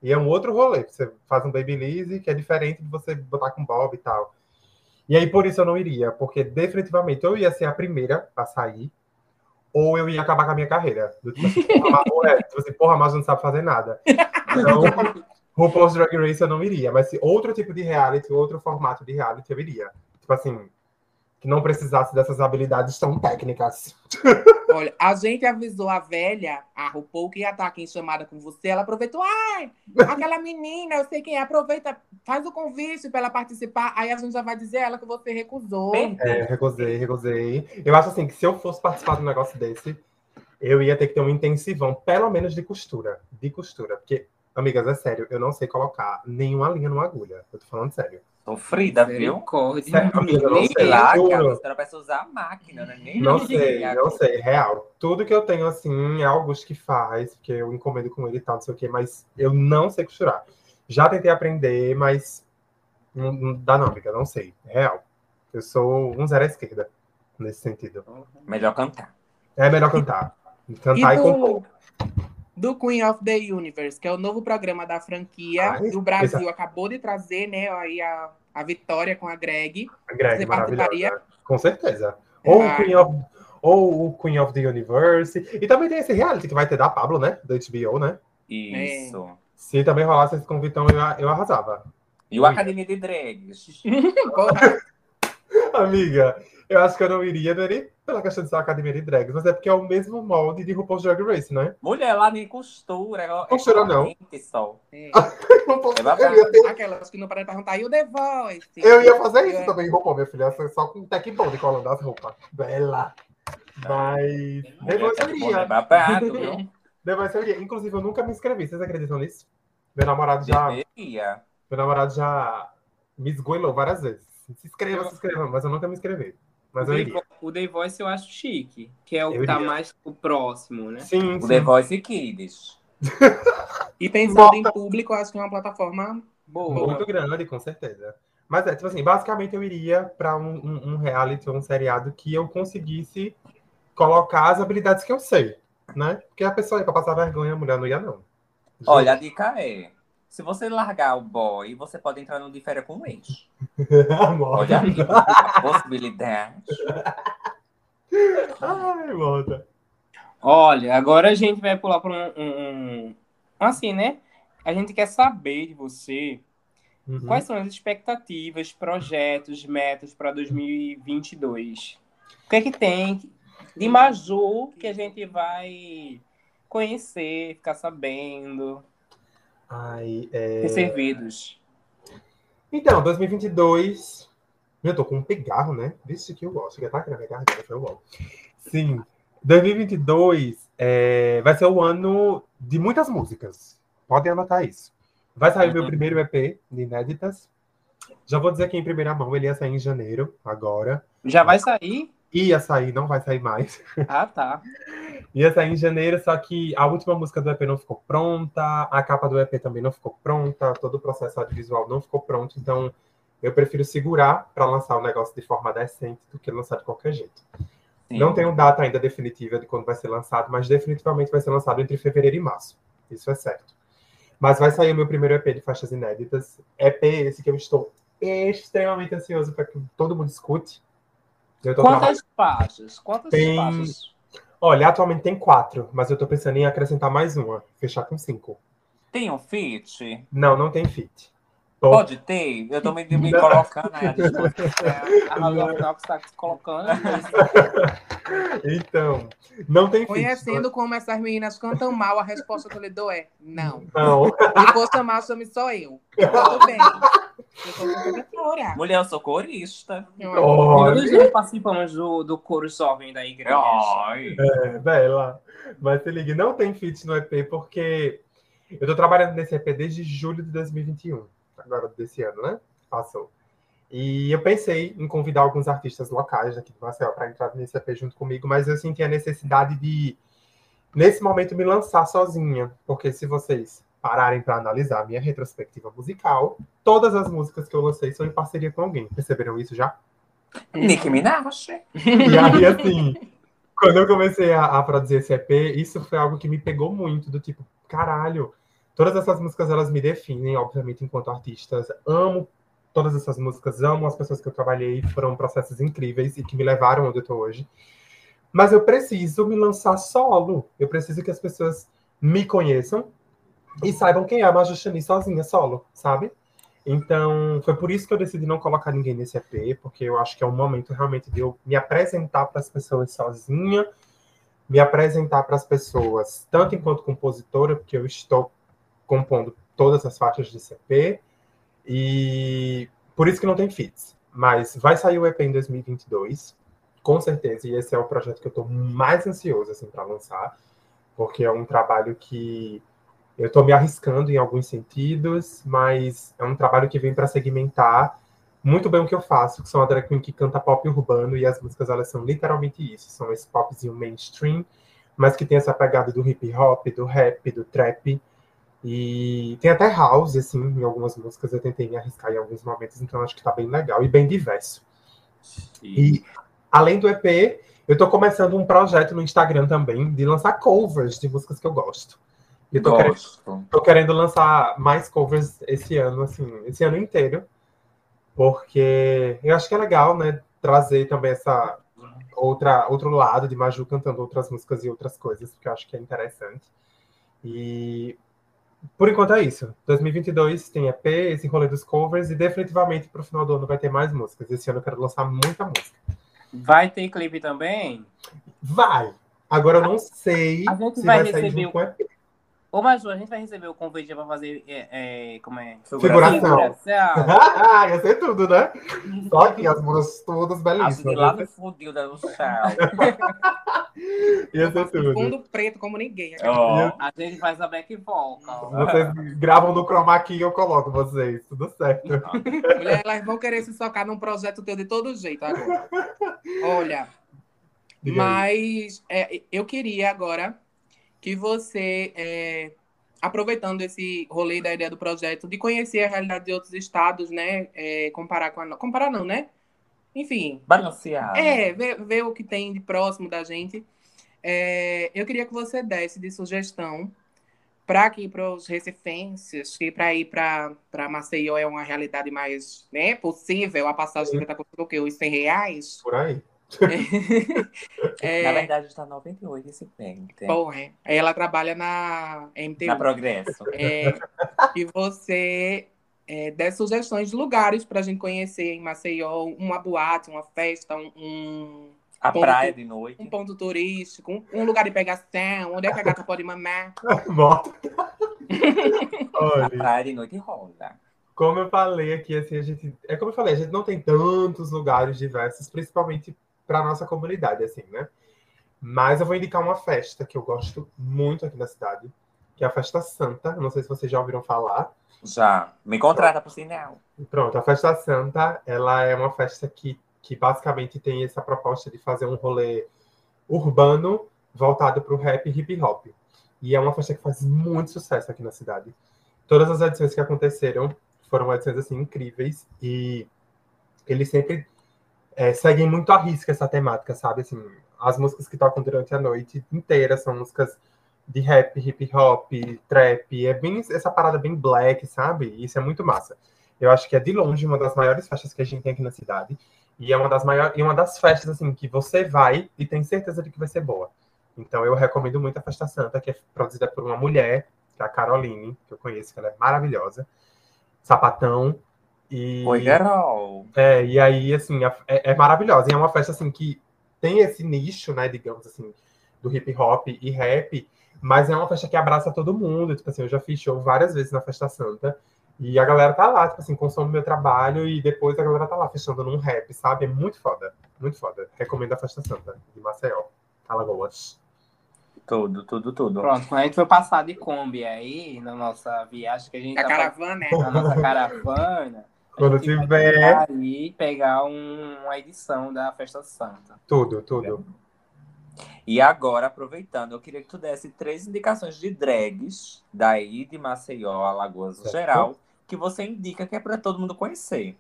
E é um outro rolê. Você faz um babyliss, que é diferente de você botar com bob e tal. E aí, por isso eu não iria. Porque, definitivamente, eu ia ser a primeira a sair, ou eu ia acabar com a minha carreira. Do tipo assim, porra, mas, ou é, tipo assim, porra, mas não sabe fazer nada. Então, RuPaul's Drag Race eu não iria. Mas se outro tipo de reality, outro formato de reality, eu iria. Tipo assim, que não precisasse dessas habilidades tão técnicas. Olha, a gente avisou a velha, a RuPaul, que ia estar aqui em chamada com você. Ela aproveitou. Ai, aquela menina, eu sei quem é. Aproveita, faz o convite para ela participar. Aí a gente já vai dizer a ela que você recusou. É, recusei, recusei. Eu acho assim, que se eu fosse participar de um negócio desse, eu ia ter que ter um intensivão, pelo menos de costura. De costura. Porque, amigas, é sério, eu não sei colocar nenhuma linha numa agulha. Eu tô falando sério. Sofrida, viu? Misericórdia. Sério, amiga, eu não Nem sei, lá, juro. cara, você não precisa usar a máquina, né? Nem Não nem sei, a- não sei, real. Tudo que eu tenho, assim, é Augusto que faz, porque eu encomendo com ele e tal, não sei o quê, mas eu não sei costurar. Já tentei aprender, mas não, não dá não, amiga, não sei, real. Eu sou um zero à esquerda, nesse sentido. Melhor cantar. É melhor cantar. Cantar e, E compor. do, do Queen of the Universe, que é o novo programa da franquia. Ai, do Brasil essa- acabou de trazer, né, aí a, a vitória com a Greg. A Greg, Você maravilhosa. participaria? Com certeza. Ou, o Ah. Queen of, ou o Queen of the Universe. E também tem esse reality que vai ter da Pablo, né? Do H B O, né? Isso. Se também rolasse esse convitão, eu, eu arrasava. E o Academia de Drags? Porra. Amiga, eu acho que eu não iria, não é nem pela questão de ser uma academia de drags, mas é porque é o mesmo molde de RuPaul's Drag Race, né? Mulher lá nem costura. É, Costura é não. corrente só. É. É babado. Eu ia, ter- Aquelas que não param de perguntar, e o The Voice? eu ia fazer isso Eu- também, RuPaul, minha filha, só com tech bond colando as roupas. Bela. Mas. Depois eu É iria. babado, viu? Depois eu iria. Inclusive, eu nunca me inscrevi, vocês acreditam nisso? Meu namorado já. Deveria. Meu namorado já me esgoelou várias vezes. Se inscreva, se inscreva, mas eu nunca me inscrevi. Mas O eu The, iria. Vo- o The Voice eu acho chique, que é o Eu que tá iria. mais o próximo, né? Sim, O sim. The Voice Kids. E pensando em público, eu acho que é uma plataforma boa. Muito grande, com certeza. Mas é, tipo assim, basicamente eu iria para um, um, um reality ou um seriado que eu conseguisse colocar as habilidades que eu sei, né? Porque a pessoa ia pra passar vergonha, a mulher não ia, não. Juro. Olha, a dica é: se você largar o boy, você pode entrar no de férias com o ex. Olha aí, a possibilidade. Ai, volta. Olha, agora a gente vai pular para um, um- um- Assim, né? A gente quer saber de você Uhum. quais são as expectativas, projetos, metas para dois mil e vinte e dois. O que é que tem de Maju que a gente vai conhecer, ficar sabendo, Ai, é... ser servidos? Então, dois mil e vinte e dois. Eu tô com um pigarro, né? Vixe, que eu gosto. Já tá aqui na minha garganta, foi bom. Sim. dois mil e vinte e dois é... vai ser o ano de muitas músicas. Podem anotar isso. Vai sair o meu Uhum. primeiro E P de inéditas. Já vou dizer aqui em primeira mão, ele ia sair em janeiro, agora. Já vai sair? Ia sair, não vai sair mais. Ah, tá. Ia sair em janeiro, só que a última música do E P não ficou pronta, a capa do E P também não ficou pronta, todo o processo audiovisual não ficou pronto, então eu prefiro segurar para lançar o negócio de forma decente do que lançar de qualquer jeito. Sim. Não tenho data ainda definitiva de quando vai ser lançado, mas definitivamente vai ser lançado entre fevereiro e março. Isso é certo. Mas vai sair o meu primeiro E P de faixas inéditas. E P esse que eu estou extremamente ansioso para que todo mundo escute. Eu tô Quantas faixas? Quantas Tem- faixas? Olha, atualmente tem quatro, mas eu tô pensando em acrescentar mais uma, fechar com cinco. Tem um feat? Não, não tem feat. Tô- Pode ter? Eu tô me, me Não. colocando aí à disposição. A Razão Final que está se colocando. Então, não tem feat. Conhecendo como essas meninas cantam mal, a resposta que eu lhe dou é não. Não. Se for chamar, chame só eu. Tudo bem. Eu sou compositora. Mulher, eu sou corista. Olha, Todos nós participamos do, do coro jovem da igreja. Ai. é, bela. Mas se ligue, não tem feat no E P porque eu tô trabalhando nesse E P desde julho de dois mil e vinte e um. Agora desse ano, né? Passou. E eu pensei em convidar alguns artistas locais daqui de Maceió para entrar nesse E P junto comigo, mas eu senti a necessidade de, nesse momento, me lançar sozinha. Porque se vocês pararem para analisar a minha retrospectiva musical, todas as músicas que eu lancei são em parceria com alguém. Perceberam isso já? Nicki Minaj. E aí, assim, quando eu comecei a, a produzir esse E P, isso foi algo que me pegou muito, do tipo, caralho, Todas essas músicas, elas me definem, obviamente, enquanto artistas. Amo todas essas músicas, amo as pessoas que eu trabalhei, foram processos incríveis e que me levaram onde eu tô hoje. Mas eu preciso me lançar solo. Eu preciso que as pessoas me conheçam e saibam quem é a Maju Xani sozinha, solo, sabe? Então, foi por isso que eu decidi não colocar ninguém nesse E P, porque eu acho que é um momento realmente de eu me apresentar para as pessoas sozinha, me apresentar para as pessoas, tanto enquanto compositora, porque eu estou compondo todas as faixas de C P, e por isso que não tem feats. Mas vai sair o E P em dois mil e vinte e dois, com certeza, e esse é o projeto que eu estou mais ansioso assim, para lançar, porque é um trabalho que eu estou me arriscando em alguns sentidos, mas é um trabalho que vem para segmentar muito bem o que eu faço, que sou uma drag queen que canta pop urbano, e as músicas, elas são literalmente isso, são esse popzinho mainstream, mas que tem essa pegada do hip hop, do rap, do trap, e tem até house, assim, em algumas músicas eu tentei me arriscar em alguns momentos, então acho que tá bem legal e bem diverso. E, além do E P, eu tô começando um projeto no Instagram também, de lançar covers de músicas que eu gosto. E eu tô querendo, tô querendo lançar mais covers esse ano, assim, esse ano inteiro, porque eu acho que é legal, né, trazer também essa outra, outro lado de Maju cantando outras músicas e outras coisas, porque eu acho que é interessante. E por enquanto é isso. dois mil e vinte e dois tem E P, esse rolê dos covers, e definitivamente pro final do ano vai ter mais músicas. Esse ano eu quero lançar muita música. Vai ter clipe também? Vai! Agora eu não sei A gente se vai vai sair receber junto o- com E P. Ô, Maju, a gente vai receber o convite pra fazer, é, é, como é? Figuração. Figuração. Ah, ia ser tudo, né? Só aqui, as músicas todas Assim, belíssimas. lá Ia no ser, funil da no céu. ia Eu ser faço tudo. fundo preto como ninguém. Ó, A gente faz a back vocal. Vocês gravam no chroma key e eu coloco vocês. Tudo certo. Mulher, elas vão querer se socar num projeto teu de todo jeito agora. Olha, Diga aí. mas é, eu queria agora que você, é, aproveitando esse rolê da ideia do projeto, de conhecer a realidade de outros estados, né? É, comparar com a... no- Comparar não, né? Enfim, balanceado. é, ver, ver o que tem de próximo da gente. É, eu queria que você desse de sugestão para aqui para os recifenses, que para ir para Maceió é uma realidade mais, né, possível, a passagem Sim. vai estar custando o quê? Os cem reais? Por aí. É, Na verdade, está noventa e oito e cinquenta. porra, é. Aí ela trabalha na M T U. Na Progresso. É, e você é, dê sugestões de lugares para a gente conhecer em Maceió, uma boate, uma festa, um, um, A ponto praia tu- de noite. um ponto turístico, um, um lugar de pegação, onde é que a gata pode mamar. Bota. A Olha, praia de noite rola. como eu falei aqui, assim, a gente. É como eu falei, a gente não tem tantos lugares diversos, principalmente para nossa comunidade, assim, né? Mas eu vou indicar uma festa que eu gosto muito aqui na cidade, que é a Festa Santa. Eu não sei se vocês já ouviram falar. Já. Me contrata por sinal. Pronto, a Festa Santa, ela é uma festa que, que basicamente tem essa proposta de fazer um rolê urbano voltado para o rap e hip hop. E é uma festa que faz muito sucesso aqui na cidade. Todas as edições que aconteceram foram edições assim incríveis, e eles sempre é, seguem muito à risca essa temática, sabe? Assim, as músicas que tocam durante a noite inteira são músicas de rap, hip hop, trap, é bem essa parada bem black, sabe? E isso é muito massa. Eu acho que é de longe uma das maiores festas que a gente tem aqui na cidade, e é uma das maiores, e uma das festas assim que você vai e tem certeza de que vai ser boa. Então eu recomendo muito a Festa Santa, que é produzida por uma mulher, que é a Caroline, que eu conheço, que ela é maravilhosa. Sapatão. E, Oi, Carol. é, e aí, assim, é, é maravilhosa. E é uma festa, assim, que tem esse nicho, né, digamos assim, do hip hop e rap, mas é uma festa que abraça todo mundo. Tipo assim, eu já fiz show várias vezes na Festa Santa, e a galera tá lá, tipo assim, consome meu trabalho, e depois a galera tá lá fechando num rap, sabe? É muito foda, muito foda. Recomendo a Festa Santa, de Maceió, Alagoas. Tudo, tudo, tudo. Pronto, quando a gente foi passar de Kombi aí, na nossa viagem que a gente A tá caravana, né? na nossa caravana, a Quando gente vai tiver- tentar aí pegar um- uma edição da Festa Santa. Tudo, tudo. E agora, aproveitando, eu queria que tu desse três indicações de drags daí de Maceió, Alagoas no Certo. geral, que você indica que é pra todo mundo conhecer.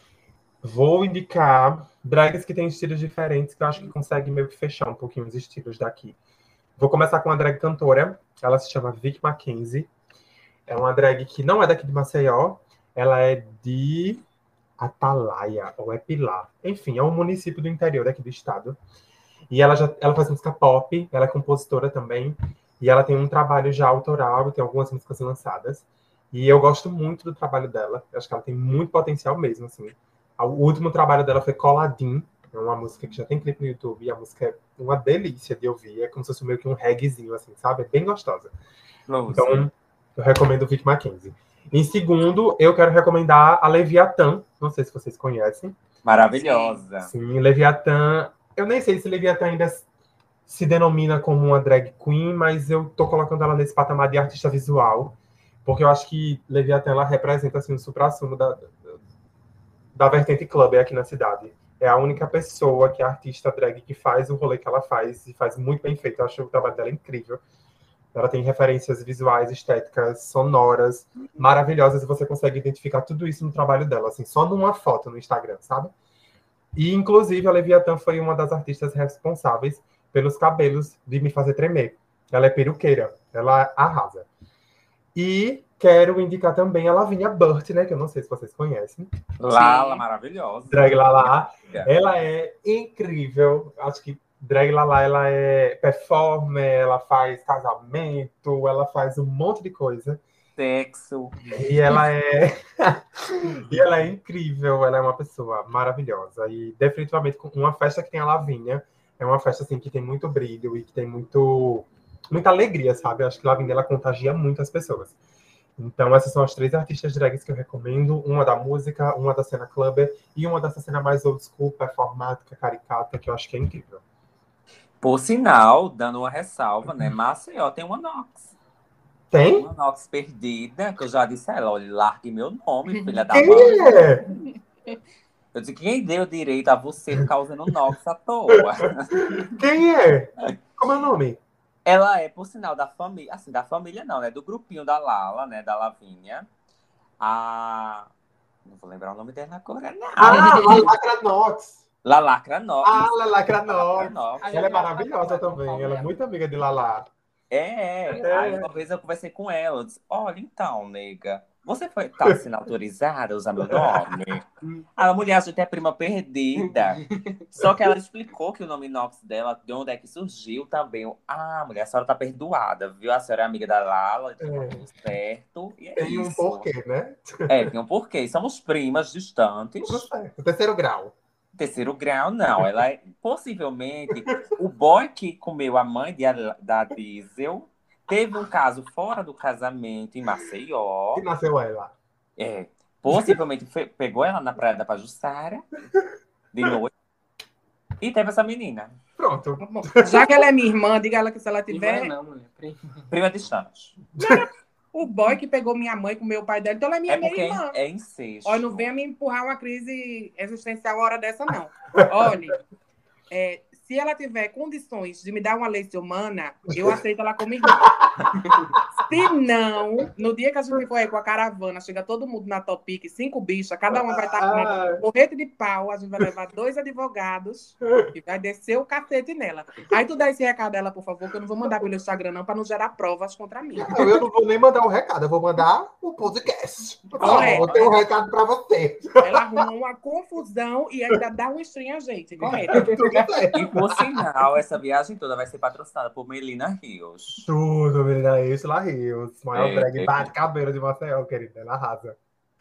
Vou indicar drags que têm estilos diferentes, que eu acho que conseguem meio que fechar um pouquinho os estilos daqui. Vou começar com uma drag cantora, ela se chama Vic Mackenzie. É uma drag que não é daqui de Maceió, ela é de Atalaia, ou é Pilar. Enfim, é um município do interior daqui do estado. E ela já ela faz música pop, ela é compositora também. E ela tem um trabalho já autoral, tem algumas músicas lançadas. E eu gosto muito do trabalho dela. Eu acho que ela tem muito potencial mesmo, assim. O último trabalho dela foi Coladim, é uma música que já tem clipe no YouTube, e a música é uma delícia de ouvir. É como se fosse meio que um reggaezinho, assim, sabe? É bem gostosa. Close. Então, eu recomendo o Vic Mackenzie. Em segundo, eu quero recomendar a Leviathan. Não sei se vocês conhecem. Maravilhosa. Sim, Leviathan. Eu nem sei se Leviathan ainda se denomina como uma drag queen, mas eu tô colocando ela nesse patamar de artista visual, porque eu acho que Leviathan, ela representa, assim, o suprassumo da, da, da vertente club aqui na cidade. É a única pessoa que é artista drag que faz o rolê que ela faz, e faz muito bem feito. Eu acho o trabalho dela incrível. Ela tem referências visuais, estéticas, sonoras, maravilhosas, e você consegue identificar tudo isso no trabalho dela, assim, só numa foto no Instagram, sabe? E, inclusive, a Leviathan foi uma das artistas responsáveis pelos cabelos de Me Fazer Tremer. Ela é peruqueira, ela arrasa. E quero indicar também a Lavínia Burt, né, que eu não sei se vocês conhecem. Lala, maravilhosa. Drag Lala. Ela é incrível. Acho que Drag Lala, ela é performer, ela faz casamento, ela faz um monte de coisa. Sexo. E ela é e ela é incrível, ela é uma pessoa maravilhosa. E definitivamente uma festa que tem a Lavínia é uma festa assim que tem muito brilho e que tem muito muita alegria, sabe? Eu acho que a Lavínia, ela contagia muito as pessoas. Então essas são as três artistas drags que eu recomendo, uma da música, uma da cena clubber e uma dessa cena mais old school, performática, caricata, que eu acho que é incrível. Por sinal, dando uma ressalva, né? Maceió tem uma Nox. Tem? Uma Nox perdida, que eu já disse a ela, olha, largue meu nome, filha da Quem mãe. é? Eu disse, quem deu direito a você ficar usando Nox à toa? Quem é? Como é o nome? Ela é, por sinal, da família, assim, da família não, né? Do grupinho da Lala, né? Da Lavínia. A... Não vou lembrar o nome dela agora, não. Ah, Lalacra Nox. Lalacra Nox. Ah, Lalacra Lalacra Nox. Nox. Ela é maravilhosa também. Ela é muito amiga de Lala. É, É. aí uma vez eu conversei com ela, eu disse, olha, então, nega, você foi, tá sendo autorizada a usar meu nome? A mulher, a gente é prima perdida. Só que ela explicou que o nome Nox dela, de onde é que surgiu também. Eu, ah, mulher, a senhora tá perdoada, viu? A senhora é amiga da Lala, tá É. tudo certo, e é Tem um isso. porquê, né? É, tem um porquê. Somos primas distantes. Tudo certo. Terceiro grau. Terceiro grau, não. Ela é, possivelmente, o boy que comeu a mãe de, da Diesel teve um caso fora do casamento em Maceió. Que nasceu ela. É, possivelmente fe- pegou ela na praia da Pajuçara, de noite, e teve essa menina. Pronto. Já que ela é minha irmã, diga ela que se ela tiver. Tiver... Não, mulher. Prima distante. O boy que pegou minha mãe com meu pai dela, então ela é minha É porque meia irmã. é incesto. Olha, não venha me empurrar uma crise existencial uma hora dessa, não. Olha, é, se ela tiver condições de me dar uma leite-humana, eu aceito ela como irmã. Se não, no dia que a gente for aí com a caravana, chega todo mundo na Topic, cinco bichas, cada uma vai estar com uma porrete de pau, a gente vai levar dois advogados e vai descer o cacete nela. Aí tu dá esse recado dela, por favor, que eu não vou mandar pelo Instagram, não, para não gerar provas contra mim. Não, eu não vou nem mandar o recado, eu vou mandar o podcast. Correto. Vou ter um recado pra você. Ela arruma uma confusão e ainda dá um stream a gente, correto? E por sinal, essa viagem toda vai ser patrocinada por Melina Rios. Tudo, menina, é isso lá, Rios. Maior É, drag é. bate-cabelo de Maceió, querida. Ela arrasa.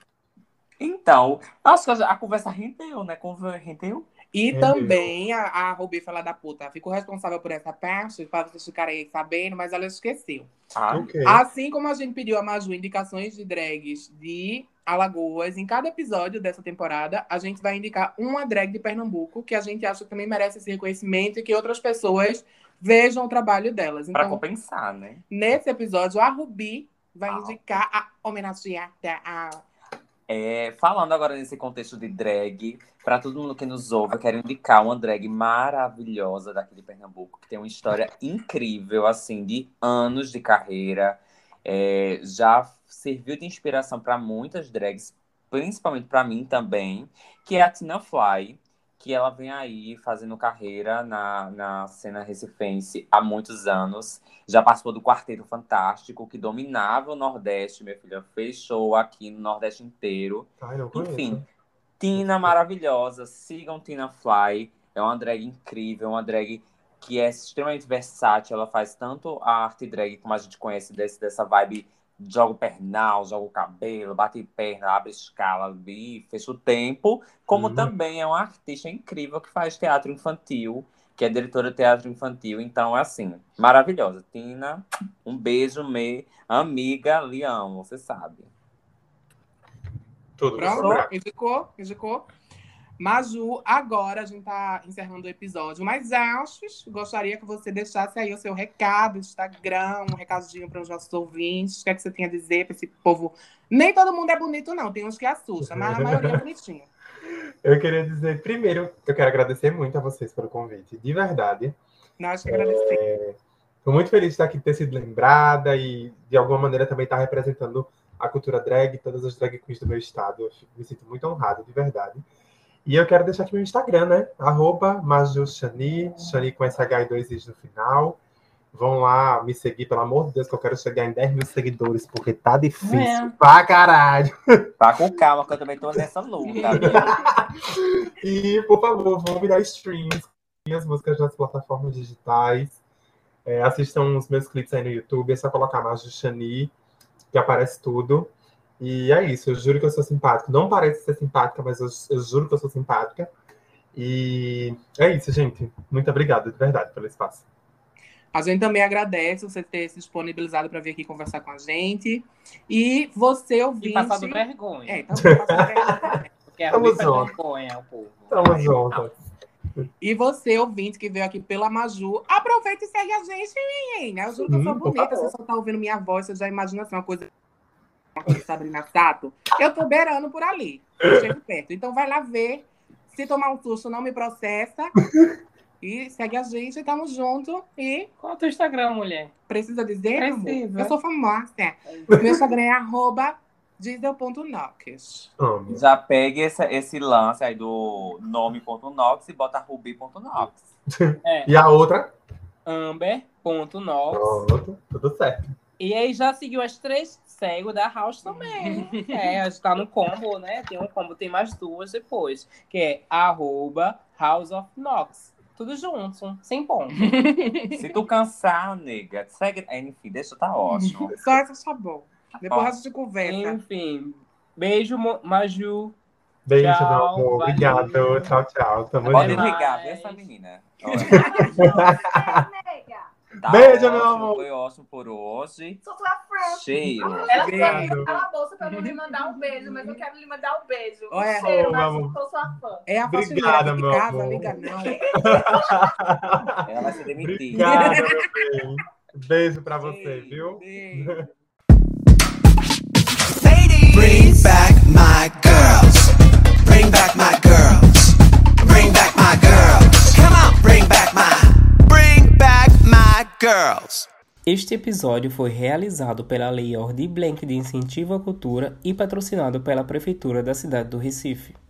Então, acho que a conversa rendeu, né? Conver- Rendeu? E Entendeu? também a, a Rubi, fala da puta, ficou responsável por essa parte, para vocês ficarem aí sabendo, mas ela esqueceu. Ah, O quê? Assim como a gente pediu a Maju indicações de drags de Alagoas, em cada episódio dessa temporada, a gente vai indicar uma drag de Pernambuco que a gente acha que também merece esse reconhecimento e que outras pessoas vejam o trabalho delas. pra Então, compensar, né? nesse episódio, a Rubi vai Ah. indicar a homenageada a... É, falando agora nesse contexto de drag, para todo mundo que nos ouve, eu quero indicar uma drag maravilhosa daqui de Pernambuco, que tem uma história incrível, assim, de anos de carreira. É, já serviu de inspiração para muitas drags, principalmente para mim também, que é a Tina Fly, que ela vem aí fazendo carreira na, na cena recifense há muitos anos. Já participou do Quarteto Fantástico, que dominava o Nordeste, minha filha. Fez show aqui no Nordeste inteiro. Ai, não conheço. Enfim, Tina maravilhosa. Sigam Tina Fly. É uma drag incrível, uma drag que é extremamente versátil. Ela faz tanto a arte drag, como a gente conhece desse, dessa vibe, joga o pernal, joga o cabelo, bate perna, abre escala e fecha o tempo, como Uhum. também é uma artista incrível que faz teatro infantil, que é diretora de teatro infantil. Então, é assim, maravilhosa. Tina, um beijo, me amiga, lhe amo, você sabe. Tudo Pronto, bom. indicou, indicou. Maju, agora a gente tá encerrando o episódio, mas antes, gostaria que você deixasse aí o seu recado, Instagram, um recadinho para os nossos ouvintes. O que é que você tem a dizer para esse povo? Nem todo mundo é bonito, não. Tem uns que assustam, mas a maioria é bonitinho. Eu queria dizer, primeiro, eu quero agradecer muito a vocês pelo convite, de verdade. Nós que agradecemos. Estou muito feliz de estar aqui, de ter sido lembrada e, de alguma maneira, também estar representando a cultura drag, todas as drag queens do meu estado. Eu me sinto muito honrado, de verdade. E eu quero deixar aqui meu Instagram, né? Arroba Majushani, Shani com S H e dois Is no final. Vão lá me seguir, pelo amor de Deus, que eu quero chegar em dez mil seguidores, porque tá difícil É. pra caralho. Tá com calma, que eu também tô nessa luta. E, por favor, vão me dar streams, minhas músicas nas plataformas digitais. É, assistam os meus clipes aí no YouTube, é só colocar Majushani, que aparece tudo. E é isso, eu juro que eu sou simpática. Não parece ser simpática, mas eu, eu juro que eu sou simpática. E é isso, gente. Muito obrigado, de verdade, pelo espaço. A gente também agradece você ter se disponibilizado para vir aqui conversar com a gente. E você, ouvinte... E passando vergonha. É, também passando vergonha. Porque a Tamo Rui faz junto. vergonha ao povo. Tamo junto. E você, ouvinte, que veio aqui pela Maju, aproveita e segue a gente, menina. Eu juro que eu sou Hum, por bonita. favor. Você só tá ouvindo minha voz, você já imagina assim, uma coisa... Uma coisa de Sabrina Sato. Eu tô beirando por ali. Eu chego perto. Então vai lá ver. Se tomar um susto, não me processa. E segue a gente, tamo junto. E Qual é o teu Instagram, mulher? precisa dizer, amor? Precisa. Eu sou famosa. Meu Instagram é arroba diesel.nox. Amo. Já pegue esse, esse lance aí do nome.nox e bota ruby.nox. É, E a outra? amber.nox. Pronto, tudo certo. E aí já seguiu as três, segue o da House também. É, a gente tá no combo, né? Tem um combo, tem mais duas depois. Que é arroba House of Nox. Tudo junto, sem ponto. Se tu cansar, nega, segue. Enfim, deixa, tá ótimo. Só essa tá bom. Depois Ó. a gente conversa. Enfim, beijo, Mo- Maju. Beijo, Tchau, meu amor. valeu. Obrigado. Tchau, tchau. Tamo Pode junto. mais. ligar, vê essa menina. Olha, Nega. tá Beijo, meu ótimo, amor. Foi ótimo por hoje. Sou sua fã. Cheiro. Ela Obrigado. só cala a bolsa pra não lhe mandar um beijo, mas eu quero lhe mandar um beijo. Olha, Um cheiro, oh, mas meu amor. sou sua fã. É a faxineira Obrigada, aqui de meu casa, amor. liga não. Ela vai ser demitida. Obrigado, meu bem. Beijo pra você, viu? Beijo. Bring back my girls. Bring back my girls. Bring back my girls. Come on, bring back my. Bring back my girls. Este episódio foi realizado pela Lei Aldir Blanc de Incentivo à Cultura e patrocinado pela Prefeitura da cidade do Recife.